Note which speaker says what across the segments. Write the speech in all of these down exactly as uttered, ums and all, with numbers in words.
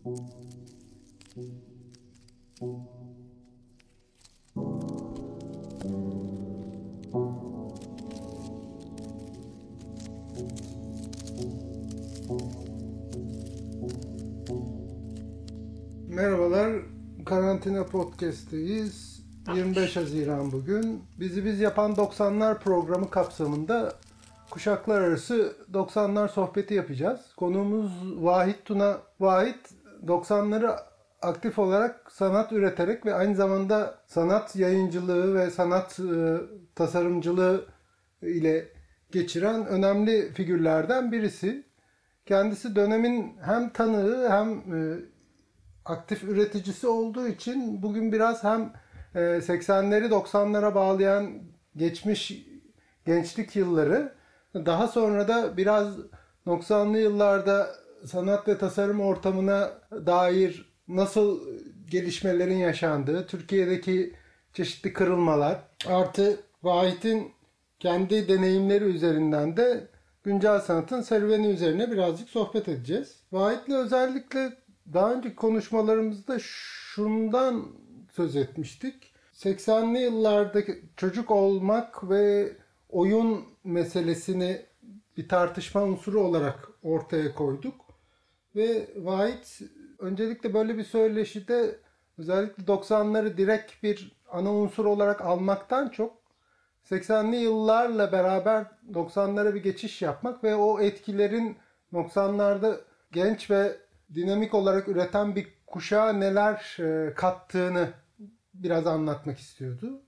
Speaker 1: Merhabalar, Karantina Podcast'teyiz. yirmi beş Haziran bugün. Bizi Biz Yapan doksanlar programı kapsamında kuşaklar arası doksanlar sohbeti yapacağız. Konuğumuz Vahit Tuna. Vahit, doksanları aktif olarak sanat üreterek ve aynı zamanda sanat yayıncılığı ve sanat e, tasarımcılığı ile geçiren önemli figürlerden birisi. Kendisi dönemin hem tanığı hem e, aktif üreticisi olduğu için bugün biraz hem seksenleri doksanlara bağlayan geçmiş gençlik yılları, daha sonra da biraz doksanlı yıllarda sanat ve tasarım ortamına dair nasıl gelişmelerin yaşandığı, Türkiye'deki çeşitli kırılmalar, artı Vahit'in kendi deneyimleri üzerinden de güncel sanatın serüveni üzerine birazcık sohbet edeceğiz. Vahit'le özellikle daha önceki konuşmalarımızda şundan söz etmiştik. seksenli yıllarda çocuk olmak ve oyun meselesini bir tartışma unsuru olarak ortaya koyduk. Ve Vahit öncelikle böyle bir söyleşide özellikle doksanları direkt bir ana unsur olarak almaktan çok seksenli yıllarla beraber doksanlara bir geçiş yapmak ve o etkilerin doksanlarda genç ve dinamik olarak üreten bir kuşağa neler kattığını biraz anlatmak istiyordu.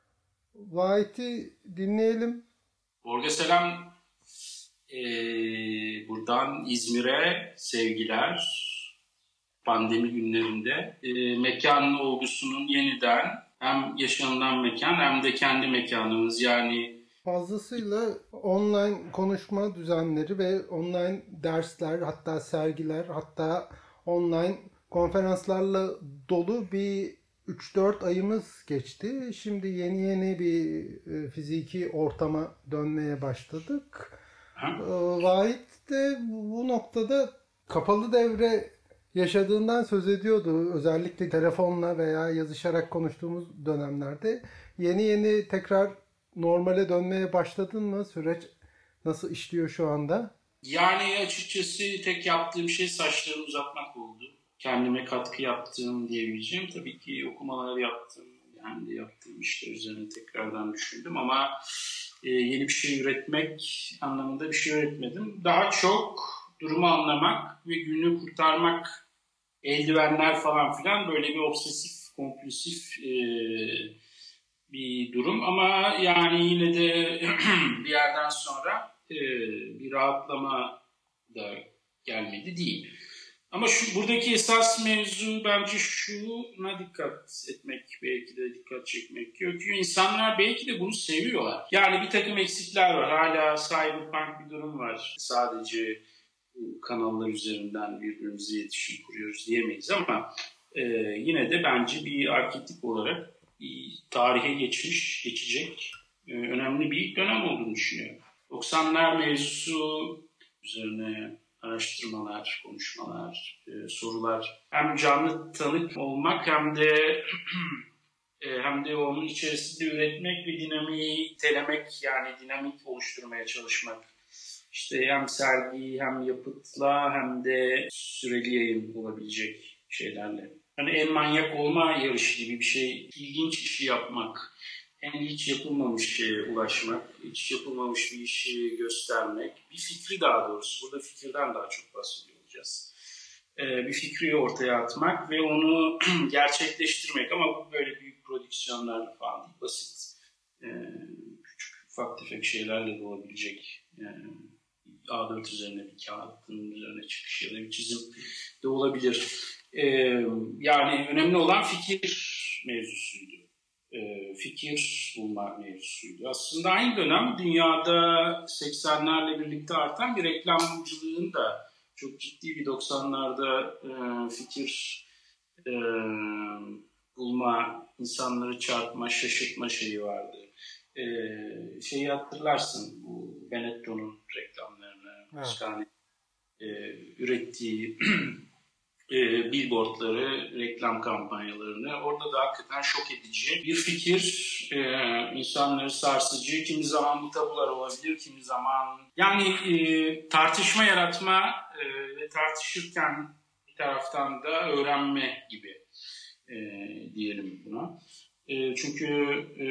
Speaker 1: Vahit'i dinleyelim.
Speaker 2: Orga selam. Ee, buradan İzmir'e sevgiler. Pandemi günlerinde. Ee, mekan olgusunun yeniden hem yaşanılan mekan hem de kendi mekanımız, yani
Speaker 1: fazlasıyla online konuşma düzenleri ve online dersler, hatta sergiler, hatta online konferanslarla dolu bir üç dört ayımız geçti. Şimdi yeni yeni bir e, fiziki ortama dönmeye başladık. E, Vahit de bu noktada kapalı devre yaşadığından söz ediyordu. Özellikle telefonla veya yazışarak konuştuğumuz dönemlerde yeni yeni tekrar normale dönmeye başladın mı? Süreç nasıl işliyor şu anda?
Speaker 2: Yani açıkçası tek yaptığım şey saçlarımı uzatmak oldu. Kendime katkı yaptığım diyebileceğim. Tabii ki okumalar yaptım. Yani de yaptığım işler üzerine tekrardan düşündüm ama e, yeni bir şey üretmek anlamında bir şey üretmedim. Daha çok durumu anlamak ve günü kurtarmak, eldivenler falan filan, böyle bir obsesif, kompulsif e, bir durum. Ama yani yine de bir yerden sonra e, bir rahatlama da gelmedi değil. Ama şu buradaki esas mevzu bence şuna dikkat etmek, belki de dikkat çekmek gerekiyor. İnsanlar belki de bunu seviyorlar. Yani bir takım eksikler var. Hala cyberpunk bir durum var. Sadece kanallar üzerinden birbirimize iletişim kuruyoruz diyemeyiz ama e, yine de bence bir arketip olarak bir tarihe geçmiş, geçecek e, önemli bir dönem olduğunu düşünüyorum. doksanlar mevzusu üzerine araştırmalar, konuşmalar, e, sorular, hem canlı tanık olmak hem de e, hem de onun içerisinde üretmek ve dinamiği itelemek, yani dinamik oluşturmaya çalışmak. İşte hem sergi, hem yapıtla, hem de süreli yayın olabilecek şeylerle. Hani en manyak olma yarışı gibi bir şey, ilginç işi yapmak, en hiç yapılmamış şeye ulaşmak, hiç yapılmamış bir işi göstermek, bir fikri, daha doğrusu burada fikirden daha çok bahsediyor olacağız. Ee, bir fikri ortaya atmak ve onu gerçekleştirmek, ama bu böyle büyük prodüksiyonlarla falan değil, basit, ee, küçük ufak tefek şeylerle de olabilecek. Yani A dört üzerine bir kağıdın üzerine çıkış ya da bir çizim de olabilir. Ee, yani önemli olan fikir mevzusuydu. Ee, fikir bulma mevzusuydu. Aslında aynı dönem dünyada seksenlerle birlikte artan bir reklamcılığın da çok ciddi bir doksanlarda e, fikir e, bulma, insanları çarpma, şaşırtma şeyi vardı. E, şeyi hatırlarsın, bu Benetton'un reklamlarını,
Speaker 1: evet.
Speaker 2: yani e, ürettiği e, billboardları, reklam kampanyalarını. Orada da hakikaten şok edici bir fikir, e, insanları sarsıcı, kimi zaman bu tabular olabilir, kimi zaman yani e, tartışma yaratma e, ve tartışırken bir taraftan da öğrenme gibi e, diyelim buna. E, çünkü e,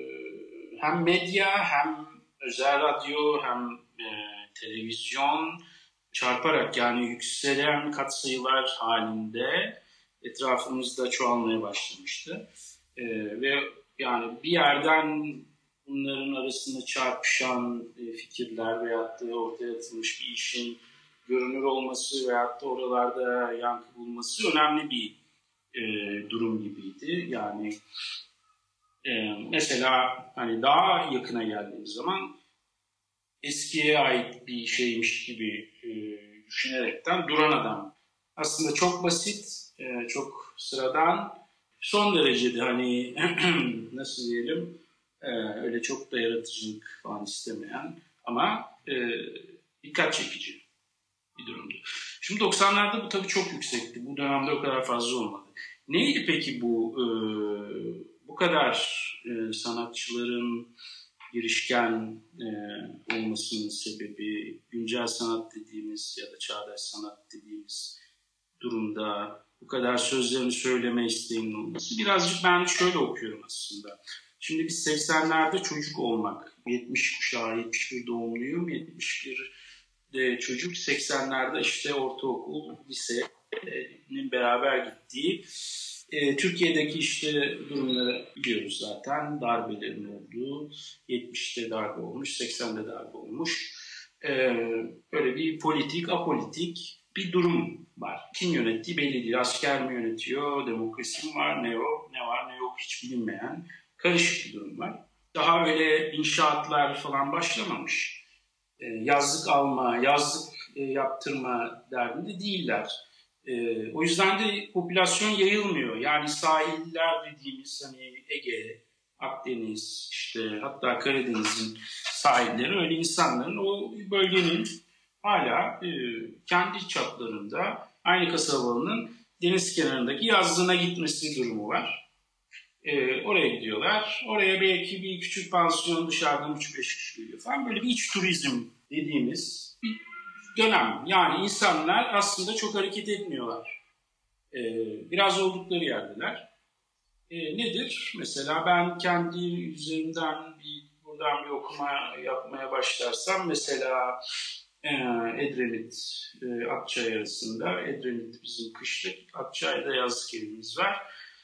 Speaker 2: hem medya hem özel radyo hem e, televizyon çarparak yani yükselen katsayılar halinde etrafımızda çoğalmaya başlamıştı. Ee, ve yani bir yerden bunların arasında çarpışan e, fikirler veyahut da ortaya atılmış bir işin görünür olması veyahut da oralarda yankı bulması önemli bir e, durum gibiydi. Yani e, mesela hani daha yakına geldiğimiz zaman eskiye ait bir şeymiş gibi e, düşünerekten Duran Adam. Aslında çok basit, e, çok sıradan, son derecede hani nasıl diyelim e, öyle çok da yaratıcılık falan istemeyen ama e, dikkat çekici bir durumdu. Şimdi doksanlarda bu tabii çok yüksekti. Bu dönemde o kadar fazla olmadı. Neydi peki bu e, bu kadar e, sanatçıların girişken e, olmasının sebebi, güncel sanat dediğimiz ya da çağdaş sanat dediğimiz durumda bu kadar sözlerini söyleme isteğinin olması? Birazcık ben şöyle okuyorum aslında. Şimdi biz seksenlerde çocuk olmak, yetmiş kuşağı, yetmiş bir doğumluyum, yetmiş birde çocuk, seksenlerde işte ortaokul, lisenin beraber gittiği, E, Türkiye'deki işte durumları biliyoruz zaten. Darbelerin olduğu, yetmişte darbe olmuş, seksende darbe olmuş. E, böyle bir politik, apolitik bir durum var. Kim yönettiği belli değil. Asker mi yönetiyor, demokrasi mi var, ne o, ne var ne yok hiç bilinmeyen karışık bir durum var. Daha öyle inşaatlar falan başlamamış. E, yazlık alma, yazlık e, yaptırma derdinde değiller. Ee, o yüzden de popülasyon yayılmıyor. Yani sahiller dediğimiz hani Ege, Akdeniz, işte hatta Karadeniz'in sahilleri öyle insanların o bölgenin hala e, kendi çaplarında aynı kasabanın deniz kenarındaki yazlığına gitmesi durumu var. E, oraya gidiyorlar. Oraya belki bir küçük pansiyon dışarıdan üç beş kişi geliyor falan. Böyle bir iç turizm dediğimiz bir dönem. Yani insanlar aslında çok hareket etmiyorlar. Ee, biraz oldukları yerdeler. Ee, nedir? Mesela ben kendi üzerimden bir, buradan bir okuma yapmaya başlarsam mesela e, Edremit, e, Akçay arasında, Edremit bizim kışlık, Akçay'da yazlık evimiz var.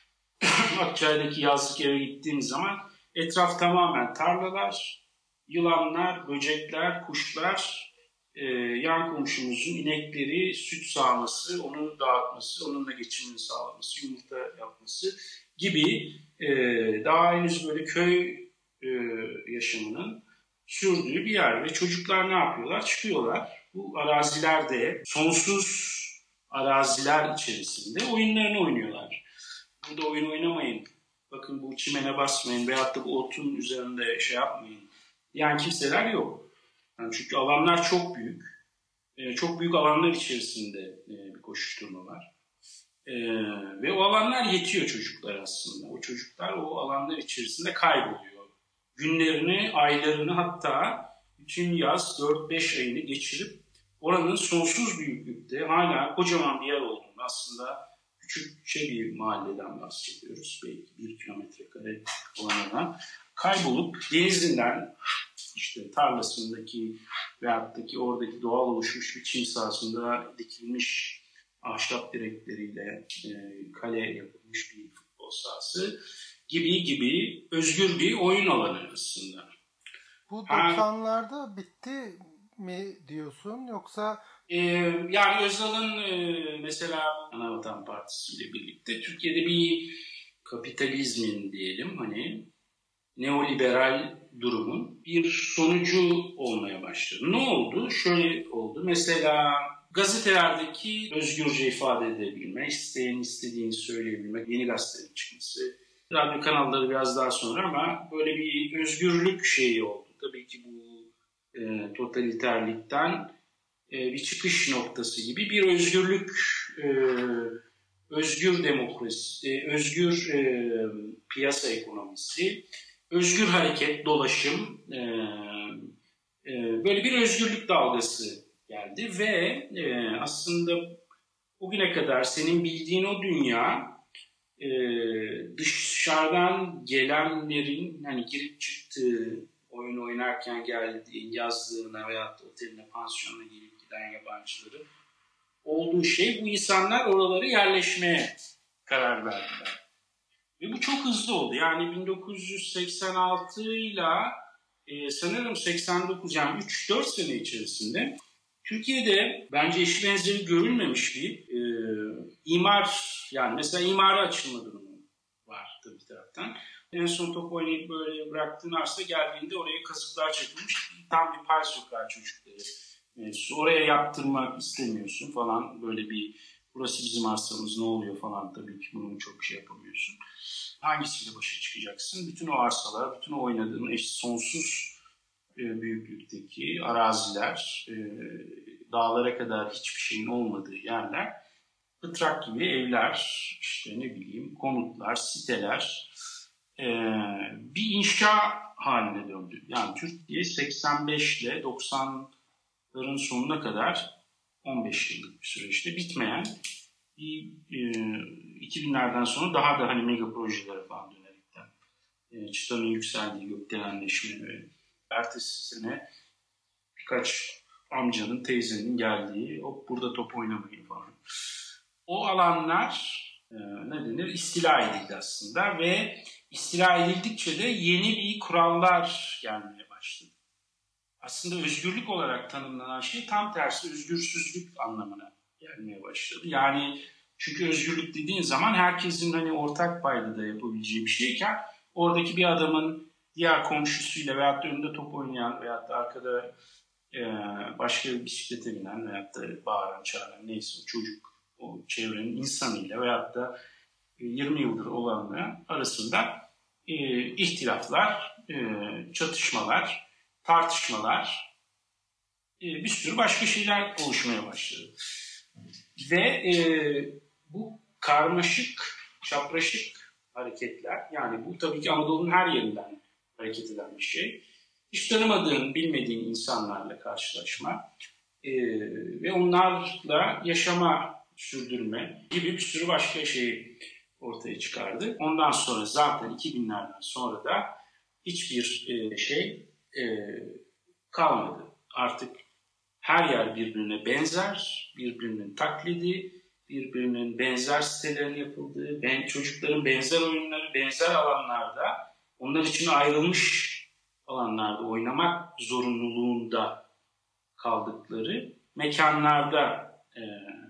Speaker 2: Akçay'daki yazlık eve gittiğim zaman etraf tamamen tarlalar, yılanlar, böcekler, kuşlar, Ee, yan komşumuzun inekleri süt sağması, onu dağıtması, onunla geçimini sağlaması, yumurta yapması gibi e, daha henüz böyle köy e, yaşamının sürdüğü bir yer. Ve çocuklar ne yapıyorlar? Çıkıyorlar. Bu arazilerde, sonsuz araziler içerisinde oyunlarını oynuyorlar. Burada oyun oynamayın, bakın bu çimene basmayın veyahut da bu otun üzerinde şey yapmayın. Yani kimseler yok. Yani çünkü alanlar çok büyük. E, çok büyük alanlar içerisinde e, bir koşuşturma var. E, ve o alanlar yetiyor çocuklar aslında. O çocuklar o alanlar içerisinde kayboluyor. Günlerini, aylarını hatta bütün yaz dört beş ayını geçirip oranın sonsuz büyüklükte hala kocaman bir yer olduğunu aslında küçükçe bir mahalleden bahsediyoruz. Belki bir kilometre kare alanından kaybolup denizinden işte tarlasındaki veyahut da oradaki doğal oluşmuş bir çim sahasında dikilmiş ahşap direkleriyle e, kale yapılmış bir futbol sahası gibi gibi özgür bir oyun alanı aslında.
Speaker 1: Bu doksanlarda bitti mi diyorsun yoksa?
Speaker 2: E, yani Özal'ın e, mesela Anavatan Partisi ile birlikte Türkiye'de bir kapitalizmin diyelim hani neoliberal durumun bir sonucu olmaya başladı. Ne oldu? Şöyle oldu. Mesela gazetelerdeki özgürce ifade edebilme, isteyen istediğini söyleyebilmek, yeni gazetelerin çıkması, radyo kanalları biraz daha sonra ama böyle bir özgürlük şeyi oldu. Tabii ki bu e, totaliterlikten e, bir çıkış noktası gibi bir özgürlük e, e, özgür demokrasi, e, özgür e, piyasa ekonomisi, özgür hareket, dolaşım, e, e, böyle bir özgürlük dalgası geldi ve e, aslında bugüne kadar senin bildiğin o dünya e, dışarıdan gelenlerin hani girip çıktığı, oyun oynarken geldiği, yazdığına veya oteline, pansiyonuna gelip giden yabancıları olduğu şey, bu insanlar oralara yerleşmeye karar verdiler. Ve bu çok hızlı oldu. Yani bin dokuz yüz seksen altı ile e, sanırım seksen dokuz, yani üç dört sene içerisinde Türkiye'de bence eşi benzeri görülmemiş bir e, imar, yani mesela imara açılma durumu var tabii bir taraftan. En son top oynayıp böyle bıraktığın arsa geldiğinde oraya kazıklar çekilmiş. Tam bir pay sokağı çocukları. E, oraya yaptırmak istemiyorsun falan, böyle bir burası bizim arsamız ne oluyor falan, tabii ki bunun çok şey yapamıyorsun. Hangisiyle başa çıkacaksın? Bütün o arsalar, bütün o oynadığın eş, sonsuz e, büyüklükteki araziler, e, dağlara kadar hiçbir şeyin olmadığı yerler, pıtrak gibi evler, işte ne bileyim konutlar, siteler, e, bir inşa haline döndü. Yani Türkiye seksen beş ile doksanların sonuna kadar on beş yıllık bir süreçte bitmeyen, bir, e, iki binlerden sonra daha da hani mega projelere falan dönerekten e, çıtanın yükseldiği, gökdelenleşme ve ertesi sene birkaç amcanın, teyzenin geldiği, o burada top oynamayı falan. O alanlar e, ne denir? İstila edildi aslında ve istila edildikçe de yeni bir kurallar gelmeye başladı. Aslında özgürlük olarak tanımlanan şey tam tersi özgürsüzlük anlamına gelmeye başladı. Yani çünkü özgürlük dediğin zaman herkesin hani ortak paydada yapabileceği bir şeyken, oradaki bir adamın diğer komşusuyla veyahut da önünde top oynayan veyahut da arkada e, başka bir bisiklete binen veyahut da bağıran, çağıran neyse o çocuk, o çevrenin insanıyla veyahut da yirmi yıldır olanla arasında e, ihtilaflar, e, çatışmalar, tartışmalar, e, bir sürü başka şeyler oluşmaya başladı. Ve e, bu karmaşık, çapraşık hareketler, yani bu tabii ki Anadolu'nun her yerinden hareket eden bir şey. Hiç tanımadığın, bilmediğin insanlarla karşılaşma e, ve onlarla yaşama, sürdürme gibi bir sürü başka şey ortaya çıkardı. Ondan sonra zaten iki binlerden sonra da hiçbir e, şey e, kalmadı. Artık her yer birbirine benzer, birbirinin taklidi, birbirinin benzer sitelerin yapıldığı, ben, çocukların benzer oyunları, benzer alanlarda, onlar için ayrılmış alanlarda oynamak zorunluluğunda kaldıkları mekanlarda e,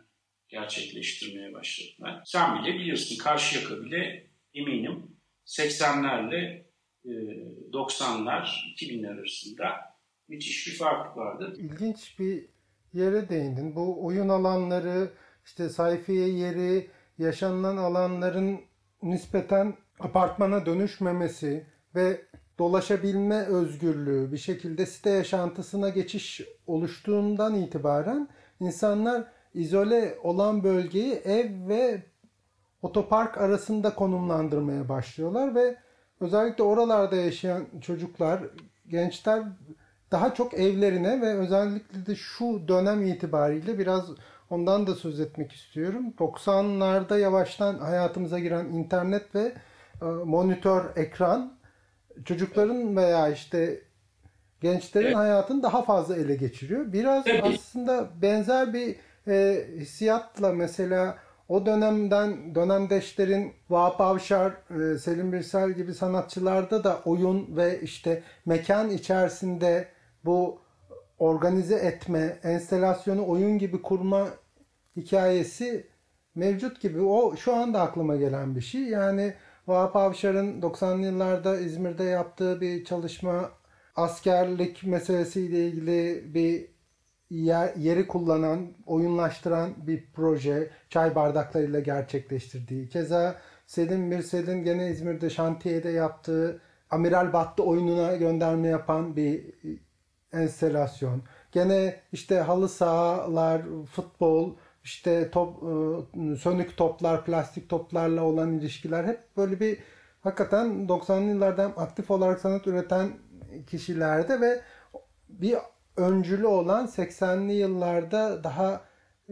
Speaker 2: gerçekleştirmeye başladılar. Sen bile bilirsin, Karşıyaka bile eminim seksenlerle e, doksanlar, iki binler arasında müthiş bir fark vardı.
Speaker 1: İlginç bir yere değindin. Bu oyun alanları, işte sayfiye yeri, yaşanılan alanların nispeten apartmana dönüşmemesi ve dolaşabilme özgürlüğü, bir şekilde site yaşantısına geçiş oluştuğundan itibaren insanlar izole olan bölgeyi ev ve otopark arasında konumlandırmaya başlıyorlar ve özellikle oralarda yaşayan çocuklar, gençler daha çok evlerine ve özellikle de şu dönem itibariyle biraz ondan da söz etmek istiyorum. doksanlarda yavaştan hayatımıza giren internet ve e, monitör, ekran çocukların veya işte gençlerin evet. hayatını daha fazla ele geçiriyor. Biraz evet. aslında benzer bir e, hissiyatla mesela o dönemden dönemdeşlerin Vahap Avşar, e, Selim Birsel gibi sanatçılarda da oyun ve işte mekan içerisinde bu organize etme, enstalasyonu oyun gibi kurma hikayesi mevcut gibi. O şu anda aklıma gelen bir şey. Yani Vahap Avşar'ın doksanlı yıllarda İzmir'de yaptığı bir çalışma, askerlik meselesiyle ilgili bir yer, yeri kullanan, oyunlaştıran bir proje, çay bardaklarıyla gerçekleştirdiği. Keza Selim Birsel'in gene İzmir'de şantiyede yaptığı Amiral Battı oyununa gönderme yapan bir enstelasyon. Gene işte halı sahalar, futbol, işte top, e, sönük toplar, plastik toplarla olan ilişkiler hep böyle bir hakikaten doksanlı yıllarda hem aktif olarak sanat üreten kişilerde ve bir öncülü olan seksenli yıllarda daha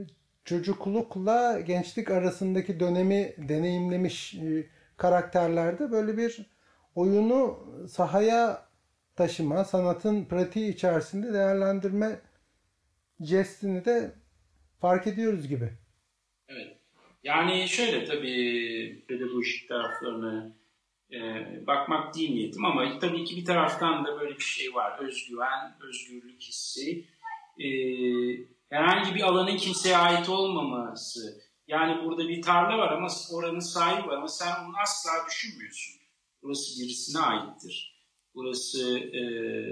Speaker 1: çocuklukla gençlik arasındaki dönemi deneyimlemiş e, karakterlerde böyle bir oyunu sahaya taşıma, sanatın pratiği içerisinde değerlendirme jestini de fark ediyoruz gibi.
Speaker 2: Evet. Yani şöyle tabii pedagojik taraflarına e, bakmak değil niyetim ama tabii ki bir taraftan da böyle bir şey var. Özgüven, özgürlük hissi, e, herhangi bir alanın kimseye ait olmaması. Yani burada bir tarla var ama oranın sahibi var ama sen onu asla düşünmüyorsun. Burası birisine aittir. Burası e,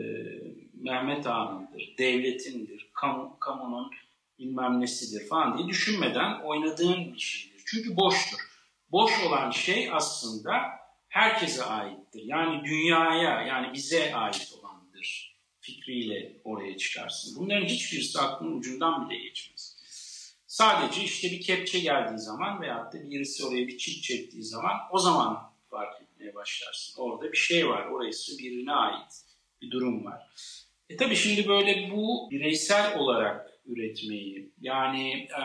Speaker 2: Mehmet Ağa'nındır, devletindir, kamu, kamunun bilmem nesidir falan diye düşünmeden oynadığın bir şeydir. Çünkü boştur. Boş olan şey aslında herkese aittir. Yani dünyaya, yani bize ait olandır fikriyle oraya çıkarsın. Bunların hiçbirisi aklının ucundan bile geçmez. Sadece işte bir kepçe geldiği zaman veyahut da birisi oraya bir çift çektiği zaman o zaman fark etmeye başlarsın. Orada bir şey var, orası birine ait bir durum var. E tabii şimdi böyle bu bireysel olarak üretmeyi, yani e,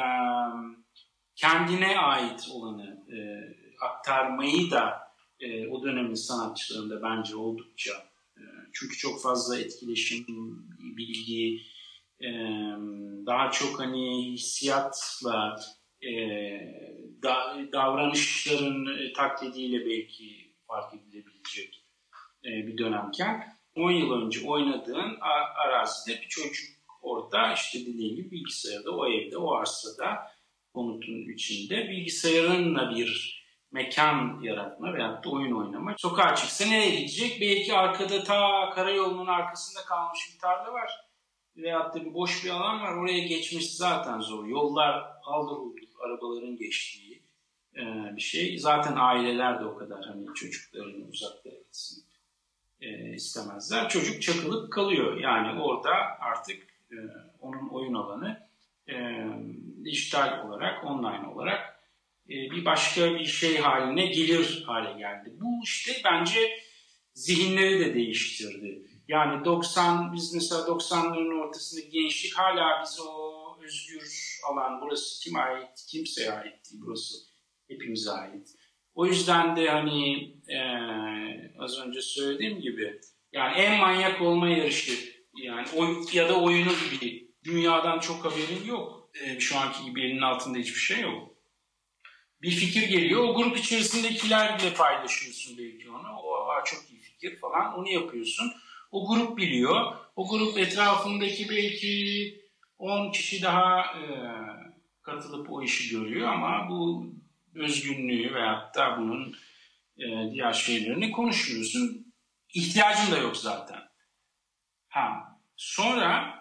Speaker 2: kendine ait olanı e, aktarmayı da e, o dönemin sanatçılarında bence oldukça e, çünkü çok fazla etkileşim, bilgi, e, daha çok hani hissiyatla e, da, davranışların e, taklidiyle belki fark edilebilecek e, bir dönemken on yıl önce oynadığın arazide bir çocuk orada işte dediğim gibi bilgisayarda, o evde, o arsada, konutun içinde bilgisayarınla bir mekan yaratma veyahut da oyun oynama. Sokağa çıksa nereye gidecek? Belki arkada ta karayolunun arkasında kalmış bir tarla var. Veyahut da bir boş bir alan var. Oraya geçmesi zaten zor. Yollar haldır huldur, arabaların geçtiği bir şey. Zaten aileler de o kadar hani çocuklarını uzaklara gitsin e, istemezler. Çocuk çakılıp kalıyor. Yani orada artık e, onun oyun alanı e, dijital olarak, online olarak e, bir başka bir şey haline gelir hale geldi. Bu işte bence zihinleri de değiştirdi. Yani doksan, biz mesela doksanların ortasındaki gençlik hala bize o özgür alan, burası kime ait, kimseye ait değil, burası hepimize ait. O yüzden de hani e, az önce söylediğim gibi yani en manyak olma yarışı yani oy, ya da oyunu gibi dünyadan çok haberin yok. E, şu anki gibi elinin altında hiçbir şey yok. Bir fikir geliyor, o grup içerisindekilerle paylaşıyorsun belki onu. O çok iyi fikir falan, onu yapıyorsun. O grup biliyor. O grup etrafındaki belki on kişi daha e, katılıp o işi görüyor ama bu özgünlüğü veyahut da bunun e, diğer şeylerini konuşuyorsun. İhtiyacın da yok zaten. Ha, sonra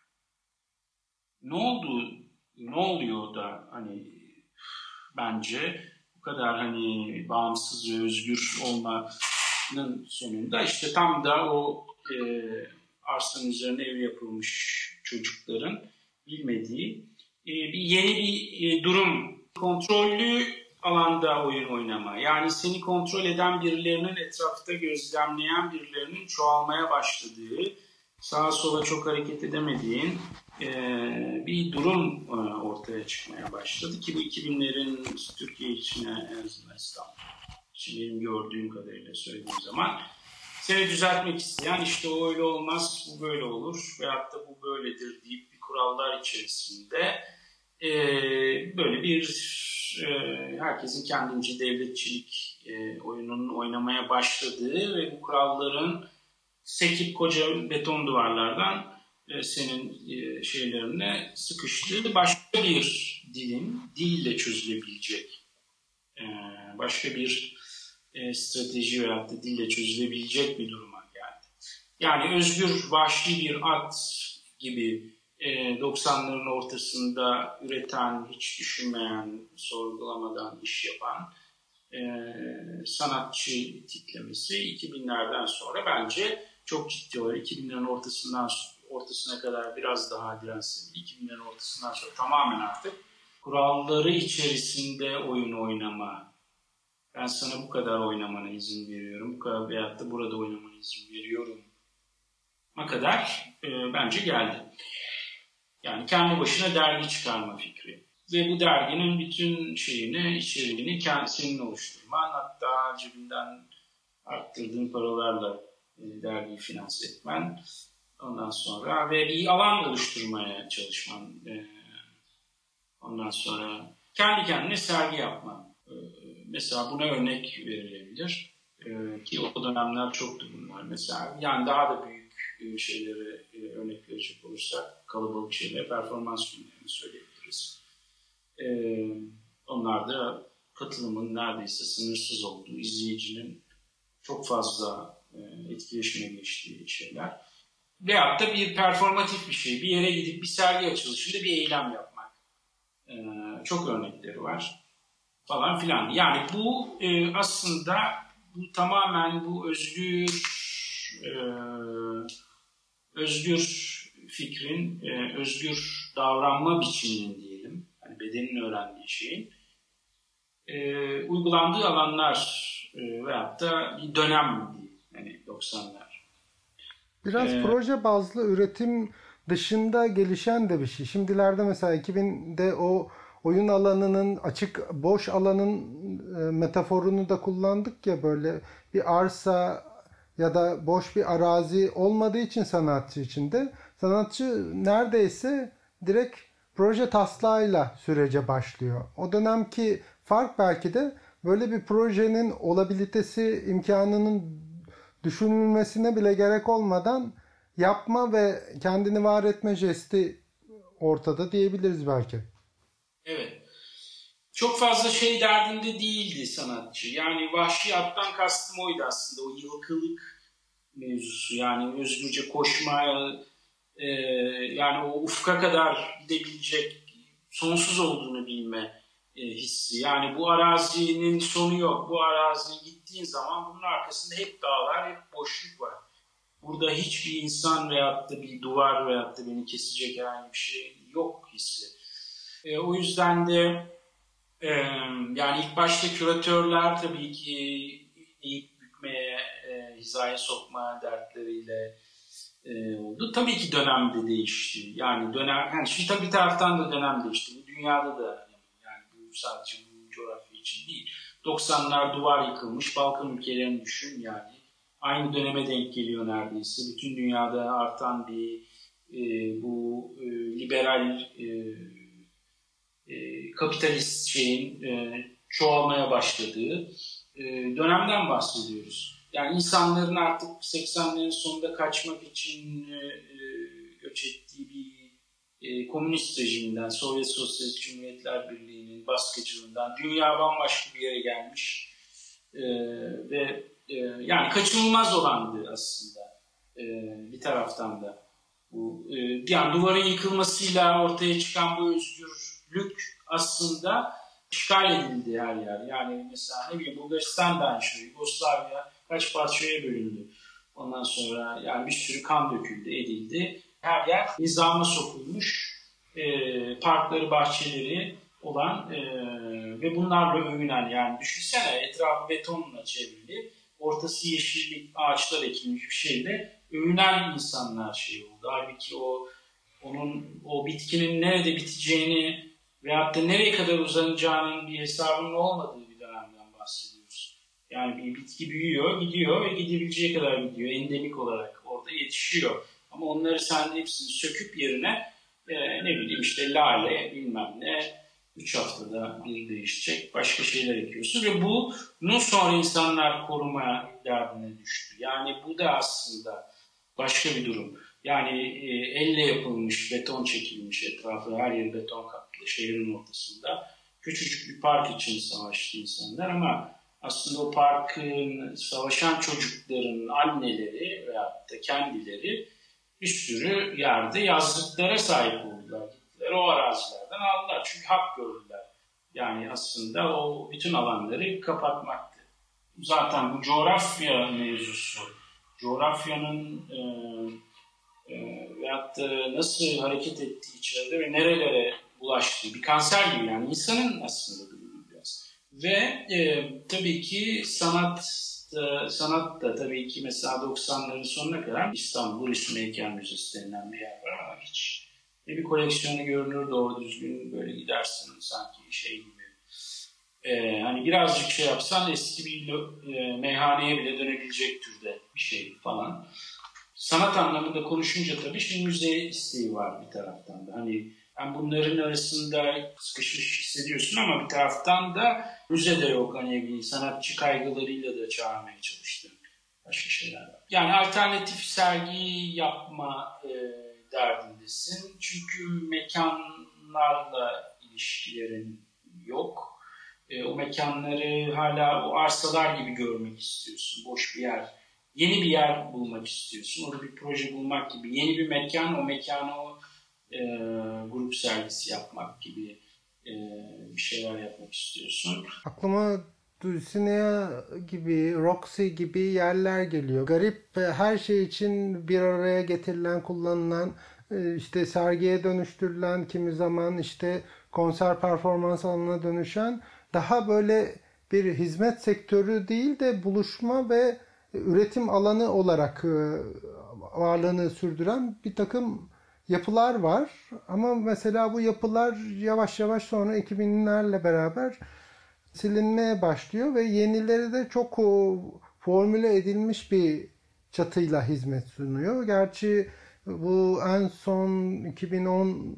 Speaker 2: ne oldu, ne oluyor da hani bence bu kadar hani bağımsız ve özgür olmanın sonunda işte tam da o e, arsanın üzerine ev yapılmış çocukların bilmediği e, bir yeni bir e, durum. Kontrollü alanda oyun oynama. Yani seni kontrol eden birilerinin etrafta gözlemleyen birilerinin çoğalmaya başladığı, sağa sola çok hareket edemediğin e, bir durum e, ortaya çıkmaya başladı ki bu iki binlerin Türkiye içine en azından İstanbul için benim gördüğüm kadarıyla söylediğim zaman seni düzeltmek isteyen işte o öyle olmaz, bu böyle olur veyahut da bu böyledir deyip bir kurallar içerisinde e, böyle bir e, herkesin kendince devletçilik e, oyununun oynamaya başladığı ve bu kuralların sekip koca beton duvarlardan e, senin e, şeylerine sıkıştığı başka bir dilin, dille çözülebilecek e, başka bir e, strateji veyahut da dille çözülebilecek bir duruma geldi. Yani özgür, vahşi bir at gibi e, doksanların ortasında üreten, hiç düşünmeyen, sorgulamadan iş yapan e, sanatçı tiplemesi iki binlerden sonra bence çok ciddi olarak iki binlerin ortasından ortasına kadar biraz daha dirençli, iki binlerin ortasından sonra tamamen artık kuralları içerisinde oyun oynama, ben sana bu kadar oynamana izin veriyorum, bu kadar veyahut da burada oynamana izin veriyorum ne kadar e, bence geldi. Yani kendi başına dergi çıkarma fikri. Ve bu derginin bütün şeyini, içeriğini senin oluşturman, hatta cebinden arttırdığın paralarla e, dergiyi finanse etmen, ondan sonra ve bir alan oluşturmaya çalışman, e, ondan sonra kendi kendine sergi yapman. E, mesela buna örnek verilebilir. E, ki o dönemler çoktu bunlar. Mesela yani daha da büyük şeyleri e, örnek verecek olursak, kalabalık şeyler, performans günlerini söyleyebiliriz. E, onlar da katılımın neredeyse sınırsız olduğu, izleyicinin çok fazla e, etkileşime geçtiği şeyler. Veyahut da bir performatif bir şey, bir yere gidip bir sergi açılışında bir eylem yapmak. E, çok örnekleri var falan filan. Yani bu e, aslında bu tamamen bu özgür e, özgür fikrin, e, özgür davranma biçiminin diyelim, yani bedenin öğrendiği şeyin e, uygulandığı alanlar e, veyahut da bir dönem değil, yani doksanlar.
Speaker 1: Biraz ee, proje bazlı üretim dışında gelişen de bir şey. Şimdilerde mesela iki binde o oyun alanının açık boş alanın e, metaforunu da kullandık ya, böyle bir arsa ya da boş bir arazi olmadığı için sanatçı için de sanatçı neredeyse direkt proje taslağıyla sürece başlıyor. O dönemki fark belki de böyle bir projenin olabilitesi imkanının düşünülmesine bile gerek olmadan yapma ve kendini var etme jesti ortada diyebiliriz belki.
Speaker 2: Evet. Çok fazla şey derdinde değildi sanatçı. Yani vahşi attan kastım oydu aslında. O yılkılık mevzusu. Yani özgürce koşma, e, yani o ufka kadar gidebilecek, sonsuz olduğunu bilme e, hissi. Yani bu arazinin sonu yok. Bu araziye gittiğin zaman bunun arkasında hep dağlar, hep boşluk var. Burada hiçbir insan veyahut da bir duvar veyahut da beni kesecek herhangi bir şey yok hissi. E, o yüzden de e, yani ilk başta küratörler tabii ki eğip bükmeye, e, hizaya sokma dertleriyle e, oldu. Tabii ki dönemde değişti. Yani dönem, yani şimdi tabii bir taraftan da dönem değişti. Bu dünyada da, yani bu sadece bu coğrafya için değil. doksanlar duvar yıkılmış, Balkan ülkelerini düşün yani. Aynı döneme denk geliyor neredeyse. Bütün dünyada artan bir e, bu e, liberal e, e, kapitalist şeyin e, çoğalmaya başladığı e, dönemden bahsediyoruz. Yani insanların artık seksenlerin sonunda kaçmak için e, e, göç ettiği bir e, komünist rejiminden, Sovyet Sosyalist Cumhuriyetler Birliği'nin baskıcılığından dünya bambaşka bir yere gelmiş e, ve e, yani kaçınılmaz olandı aslında e, bir taraftan da. Bu, e, yani duvarın yıkılmasıyla ortaya çıkan bu özgürlük aslında işgal edildi her yer. Yani mesela ne bileyim Bulgaristan da aynı şey, Yugoslavya kaç parçaya bölündü. Ondan sonra yani bir sürü kan döküldü, edildi. Her yer nizama sokulmuş, e, parkları, bahçeleri olan e, ve bunlarla övünen, yani düşünsene etrafı betonla çevrili, ortası yeşillik, ağaçlar ekilmiş bir şeyle övünen insanlar şey oldu. Halbuki o onun o bitkinin nerede biteceğini veyahut da nereye kadar uzanacağının bir hesabının olmadığı bir dönemden bahsediyoruz. Yani bir bitki büyüyor, gidiyor ve gidebileceği kadar gidiyor. Endemik olarak orada yetişiyor. Ama onları sen hepsini söküp yerine e, ne bileyim işte lale bilmem ne üç haftada bir değişecek başka şeyler ekiyorsun ve bunun sonra insanlar koruma derdine düştü. Yani bu da aslında başka bir durum. Yani e, elle yapılmış, beton çekilmiş etrafı, her yer beton kaplı, şehrin ortasında. Küçücük bir park için savaştı insanlar ama aslında o parkın, savaşan çocukların anneleri veyahut da kendileri bir sürü yerde yazlıklara sahip oldular. Gittiler o arazilerden aldılar. Çünkü hak gördüler. Yani aslında o bütün alanları kapatmaktı. Zaten bu coğrafya mevzusu, coğrafyanın e, e, veyahut da nasıl hareket ettiği içeride ve nerelere bulaştığı bir kanser gibi, yani insanın aslında durumu biraz. Ve e, tabii ki sanat da, sanat da tabii ki mesela doksanların sonuna kadar İstanbul Resim Heykel Müzesi denilen bir yer var ama hiç e, bir koleksiyonu görünür doğru düzgün böyle gidersin sanki şey gibi. E, hani birazcık şey yapsan eski bir e, meyhaneye bile dönebilecek türde bir şey falan. Sanat anlamında konuşunca tabii şimdi müze isteği var bir taraftan da. Hani yani bunların arasında sıkışmış hissediyorsun ama bir taraftan da müze de yok. Hani bir sanatçı kaygılarıyla da çağırmaya çalıştığım başka şeyler var. Yani alternatif sergi yapma e, derdindesin. Çünkü mekanlarla ilişkilerin yok. E, o mekanları hala o arsalar gibi görmek istiyorsun. Boş bir yer. Yeni bir yer bulmak istiyorsun. Orada bir proje bulmak gibi. Yeni bir mekan, o mekana o e, grup sergisi yapmak gibi e, bir şeyler yapmak istiyorsun.
Speaker 1: Aklıma Dulcinea gibi, Roxy gibi yerler geliyor. Garip, her şey için bir araya getirilen, kullanılan, işte sergiye dönüştürülen, kimi zaman işte konser performans alanına dönüşen, daha böyle bir hizmet sektörü değil de buluşma ve üretim alanı olarak varlığını sürdüren bir takım yapılar var. Ama mesela bu yapılar yavaş yavaş sonra iki binlerle beraber silinmeye başlıyor ve yenileri de çok formüle edilmiş bir çatıyla hizmet sunuyor. Gerçi bu en son iki bin on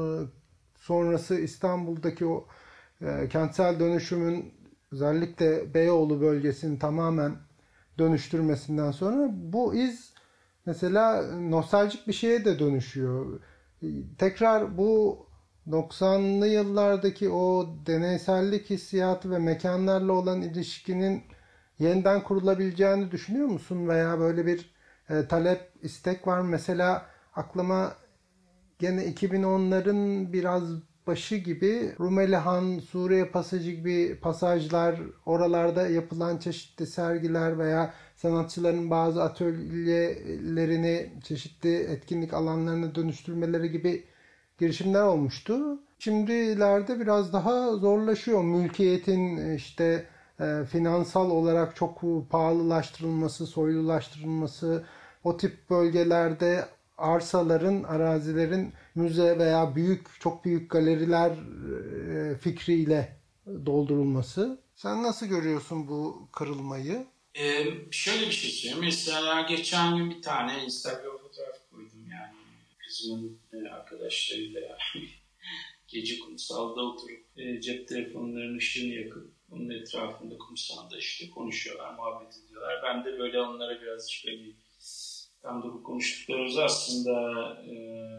Speaker 1: sonrası İstanbul'daki o kentsel dönüşümün özellikle Beyoğlu bölgesini tamamen dönüştürmesinden sonra bu iz mesela nostaljik bir şeye de dönüşüyor. Tekrar bu doksanlı yıllardaki o deneysellik hissiyatı ve mekanlarla olan ilişkinin yeniden kurulabileceğini düşünüyor musun? Veya böyle bir e, talep, istek var mı? Mesela aklıma gene iki bin onların biraz başı gibi Rumeli Han, Suriye Pasajı gibi pasajlar, oralarda yapılan çeşitli sergiler veya sanatçıların bazı atölyelerini çeşitli etkinlik alanlarına dönüştürmeleri gibi girişimler olmuştu. Şimdilerde biraz daha zorlaşıyor. Mülkiyetin işte e, finansal olarak çok pahalılaştırılması, soylulaştırılması, o tip bölgelerde arsaların, arazilerin müze veya büyük, çok büyük galeriler e, fikriyle doldurulması. Sen nasıl görüyorsun bu kırılmayı?
Speaker 2: Ee, şöyle bir şey söyleyeyim. Mesela geçen gün bir tane Instagram fotoğraf koydum yani. Kızımın e, arkadaşlarıyla yani. Gece kumsalda oturup e, cep telefonlarının ışığını yakıp onun etrafında kumsalda işte konuşuyorlar, muhabbet ediyorlar. Ben de böyle onlara biraz şöyle tam da bu konuştuklarımız aslında e,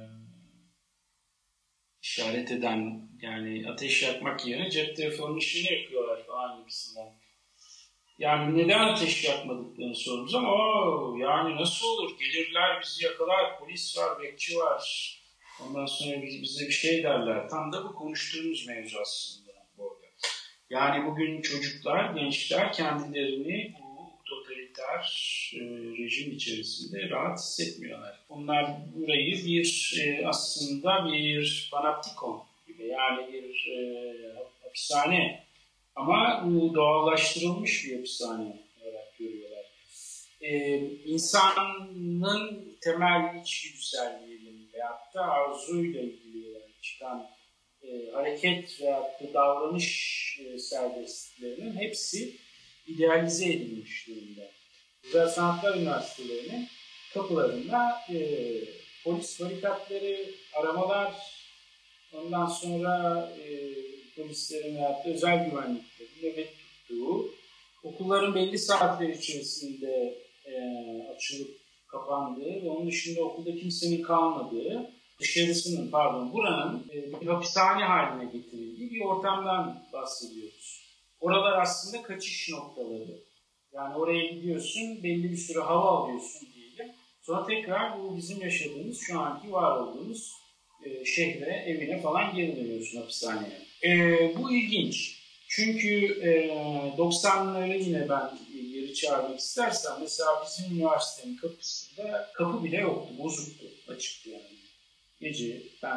Speaker 2: işaret eden, yani ateş yakmak yerine cep telefonunun ışığını yakıyorlar falan gibisinden. Yani neden ateş yakmadıklarını sorduğumuz ama o yani nasıl olur? Gelirler bizi yakalar, polis var, bekçi var. Ondan sonra bize bir şey derler. Tam da bu konuştuğumuz mevzu aslında bu arada. Yani bugün çocuklar, gençler kendilerini bu totaliter e, rejim içerisinde rahat hissetmiyorlar. Onlar burayı bir e, aslında bir panoptikon gibi, yani bir e, hapishane, ama bu doğallaştırılmış bir hapishane olarak görüyorlar. Ee, insanın temel içgüdüselliğinin veyahut da arzuyla ilgili olarak çıkan e, hareket veyahut da davranış e, serbestliklerinin hepsi idealize edilmiş durumda. Güzel Sanatlar Üniversitelerinin kapılarında e, polis barikatları, aramalar, ondan sonra e, polislerin veyahut da özel güvenliklerin nöbet tuttuğu, okulların belli saatler içerisinde e, açılıp kapandığı ve onun dışında okulda kimsenin kalmadığı, dışarısının pardon buranın e, bir hapishane haline getirildiği bir ortamdan bahsediyoruz. Oralar aslında kaçış noktaları. Yani oraya gidiyorsun, belli bir süre hava alıyorsun diyelim. Sonra tekrar bu bizim yaşadığımız, şu anki var olduğumuz e, şehre, evine falan geri dönüyorsun, hapishaneye. E, bu ilginç. Çünkü e, doksanları yine ben geri çağırmak istersem, mesela bizim üniversitenin kapısında kapı bile yoktu, bozuktu, açıktı yani. Gece ben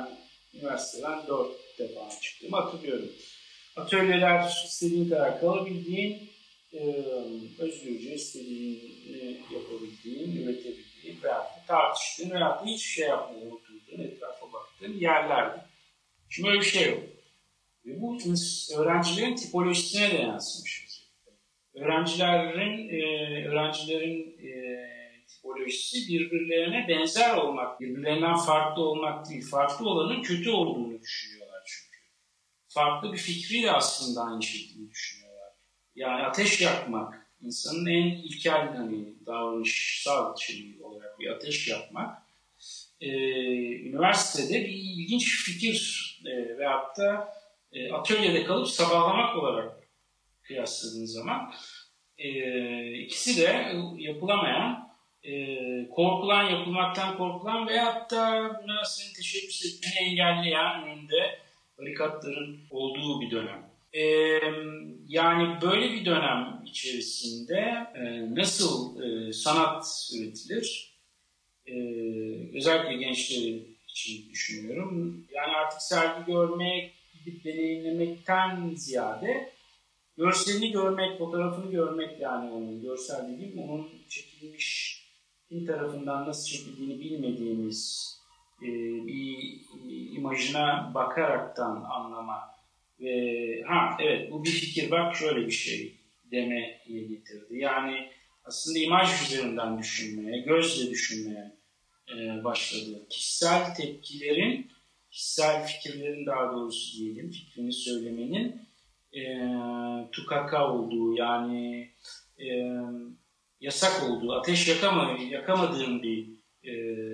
Speaker 2: üniversiteden dört defa çıktığımı hatırlıyorum. Atölyeler istediğin kadar kalabildiğin, e, özgürce istediğini yapabildiğin, üretebildiğin veya tartıştığın veya hiç şey yapmadığın, oturduğun, etrafa baktığın yerlerdi. Şimdi öyle bir şey yok. Ve bu öğrencilerin tipolojisine de yansımış. Öğrencilerin, e, öğrencilerin e, tipolojisi birbirlerine benzer olmak, birbirlerinden farklı olmak değil, farklı olanın kötü olduğunu düşünüyorlar çünkü. Farklı bir fikri de aslında aynı şekilde düşünüyorlar. Yani ateş yakmak, insanın en ilkel hani, davranışsal şeyi olarak bir ateş yakmak, e, üniversitede bir ilginç fikir e, veyahut da e, atölyede kalıp sabahlamak olarak kıyasladığın zaman e, ikisi de yapılamayan, e, korkulan, yapılmaktan korkulan veyahut da buna senin teşebbüs etmeni engelleyen önünde barikatların olduğu bir dönem. E, yani böyle bir dönem içerisinde e, nasıl e, sanat üretilir? E, özellikle gençler için düşünüyorum. Yani artık sergi görmek, gidip deneyimlemekten ziyade görselini görmek, fotoğrafını görmek, yani onun görsel dediğim, onun çekilmiş kim tarafından nasıl çekildiğini bilmediğimiz e, bir imajına bakaraktan anlama ve ha evet bu bir fikir bak şöyle bir şey demeye getirdi. Yani aslında imaj üzerinden düşünmeye, gözle düşünmeye e, başladı. Kişisel tepkilerin, kişisel fikirlerin daha doğrusu diyelim, fikrini söylemenin e, tukaka olduğu, yani e, yasak olduğu, ateş yakama, yakamadığın bir e,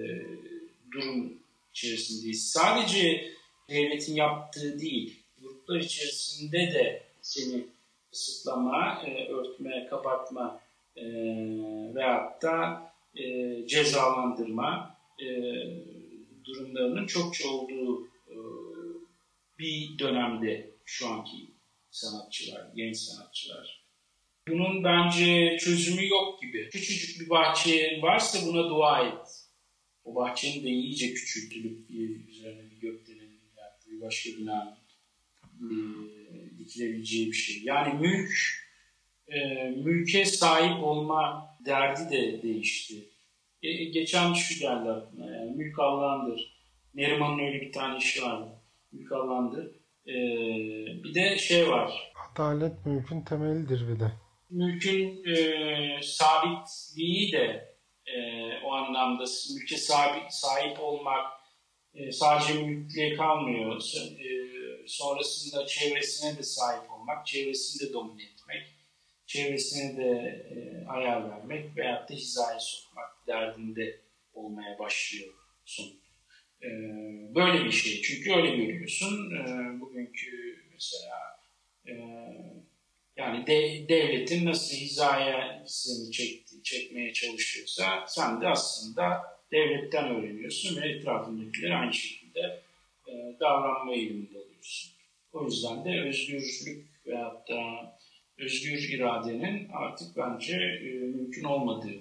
Speaker 2: durum içerisindeyiz. Sadece devletin yaptığı değil, gruplar içerisinde de seni kısıtlama, e, örtme, kapatma e, veyahut da e, cezalandırma e, durumlarının çokça olduğu e, bir dönemde şu anki sanatçılar, genç sanatçılar. Bunun bence çözümü yok gibi. Küçücük bir bahçe varsa buna dua et. O bahçenin de iyice küçültülüp bir, üzerine bir gökdelenin yaptığı bir başka binanın e, dikilebileceği bir şey. Yani mülk, e, mülke sahip olma derdi de değişti. E, geçen şu geldi aklıma, yani mülk Allah'ındır. Neriman'ın öyle bir tane işi vardı. Mülk Allah'ındır. Ee, bir de şey var.
Speaker 1: Adalet mülkün temelidir bir de.
Speaker 2: Mülkün e, sabitliği de e, o anlamda mülke sahip, sahip olmak e, sadece mülkle kalmıyor. E, sonrasında çevresine de sahip olmak, çevresini de domine etmek, çevresine de e, ayar vermek veyahut da hizaya sokmak derdinde olmaya başlıyorsun. Böyle bir şey. Çünkü öyle görüyorsun. Bugünkü mesela yani de, devletin nasıl hizaya seni çekti, çekmeye çalışıyorsa sen de aslında devletten öğreniyorsun ve etrafındakiler aynı şekilde davranma eğiliminde oluyorsun. O yüzden de özgürlük veyahut da özgür iradenin artık bence mümkün olmadığı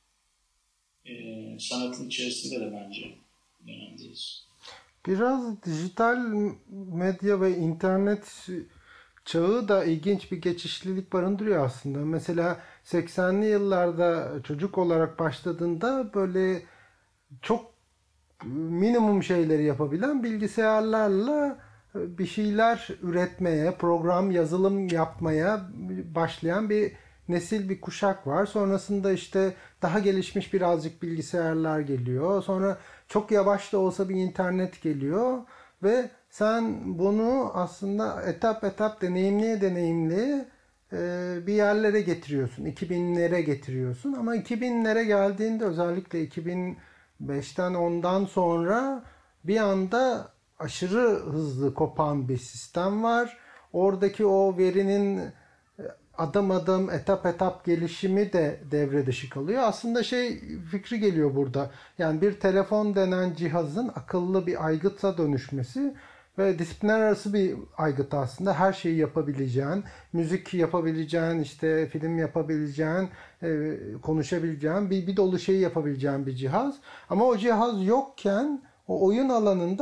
Speaker 2: sanatın içerisinde de bence dönemdeyiz.
Speaker 1: Biraz dijital medya ve internet çağı da ilginç bir geçişlilik barındırıyor aslında. Mesela seksenli yıllarda çocuk olarak başladığında böyle çok minimum şeyleri yapabilen bilgisayarlarla bir şeyler üretmeye, program, yazılım yapmaya başlayan bir nesil, bir kuşak var. Sonrasında işte daha gelişmiş birazcık bilgisayarlar geliyor. Sonra çok yavaş da olsa bir internet geliyor ve sen bunu aslında etap etap deneyimliye deneyimliye bir yerlere getiriyorsun. iki binlere getiriyorsun. Ama iki binlere geldiğinde özellikle iki bin beşten ondan sonra bir anda aşırı hızlı kopan bir sistem var. Oradaki o verinin adım adım, etap etap gelişimi de devre dışı kalıyor. Aslında şey fikri geliyor burada. Yani bir telefon denen cihazın akıllı bir aygıta dönüşmesi ve disiplinler arası bir aygıt aslında. Her şeyi yapabileceğin, müzik yapabileceğin, işte film yapabileceğin, konuşabileceğin, bir, bir dolu şeyi yapabileceğin bir cihaz. Ama o cihaz yokken o oyun alanında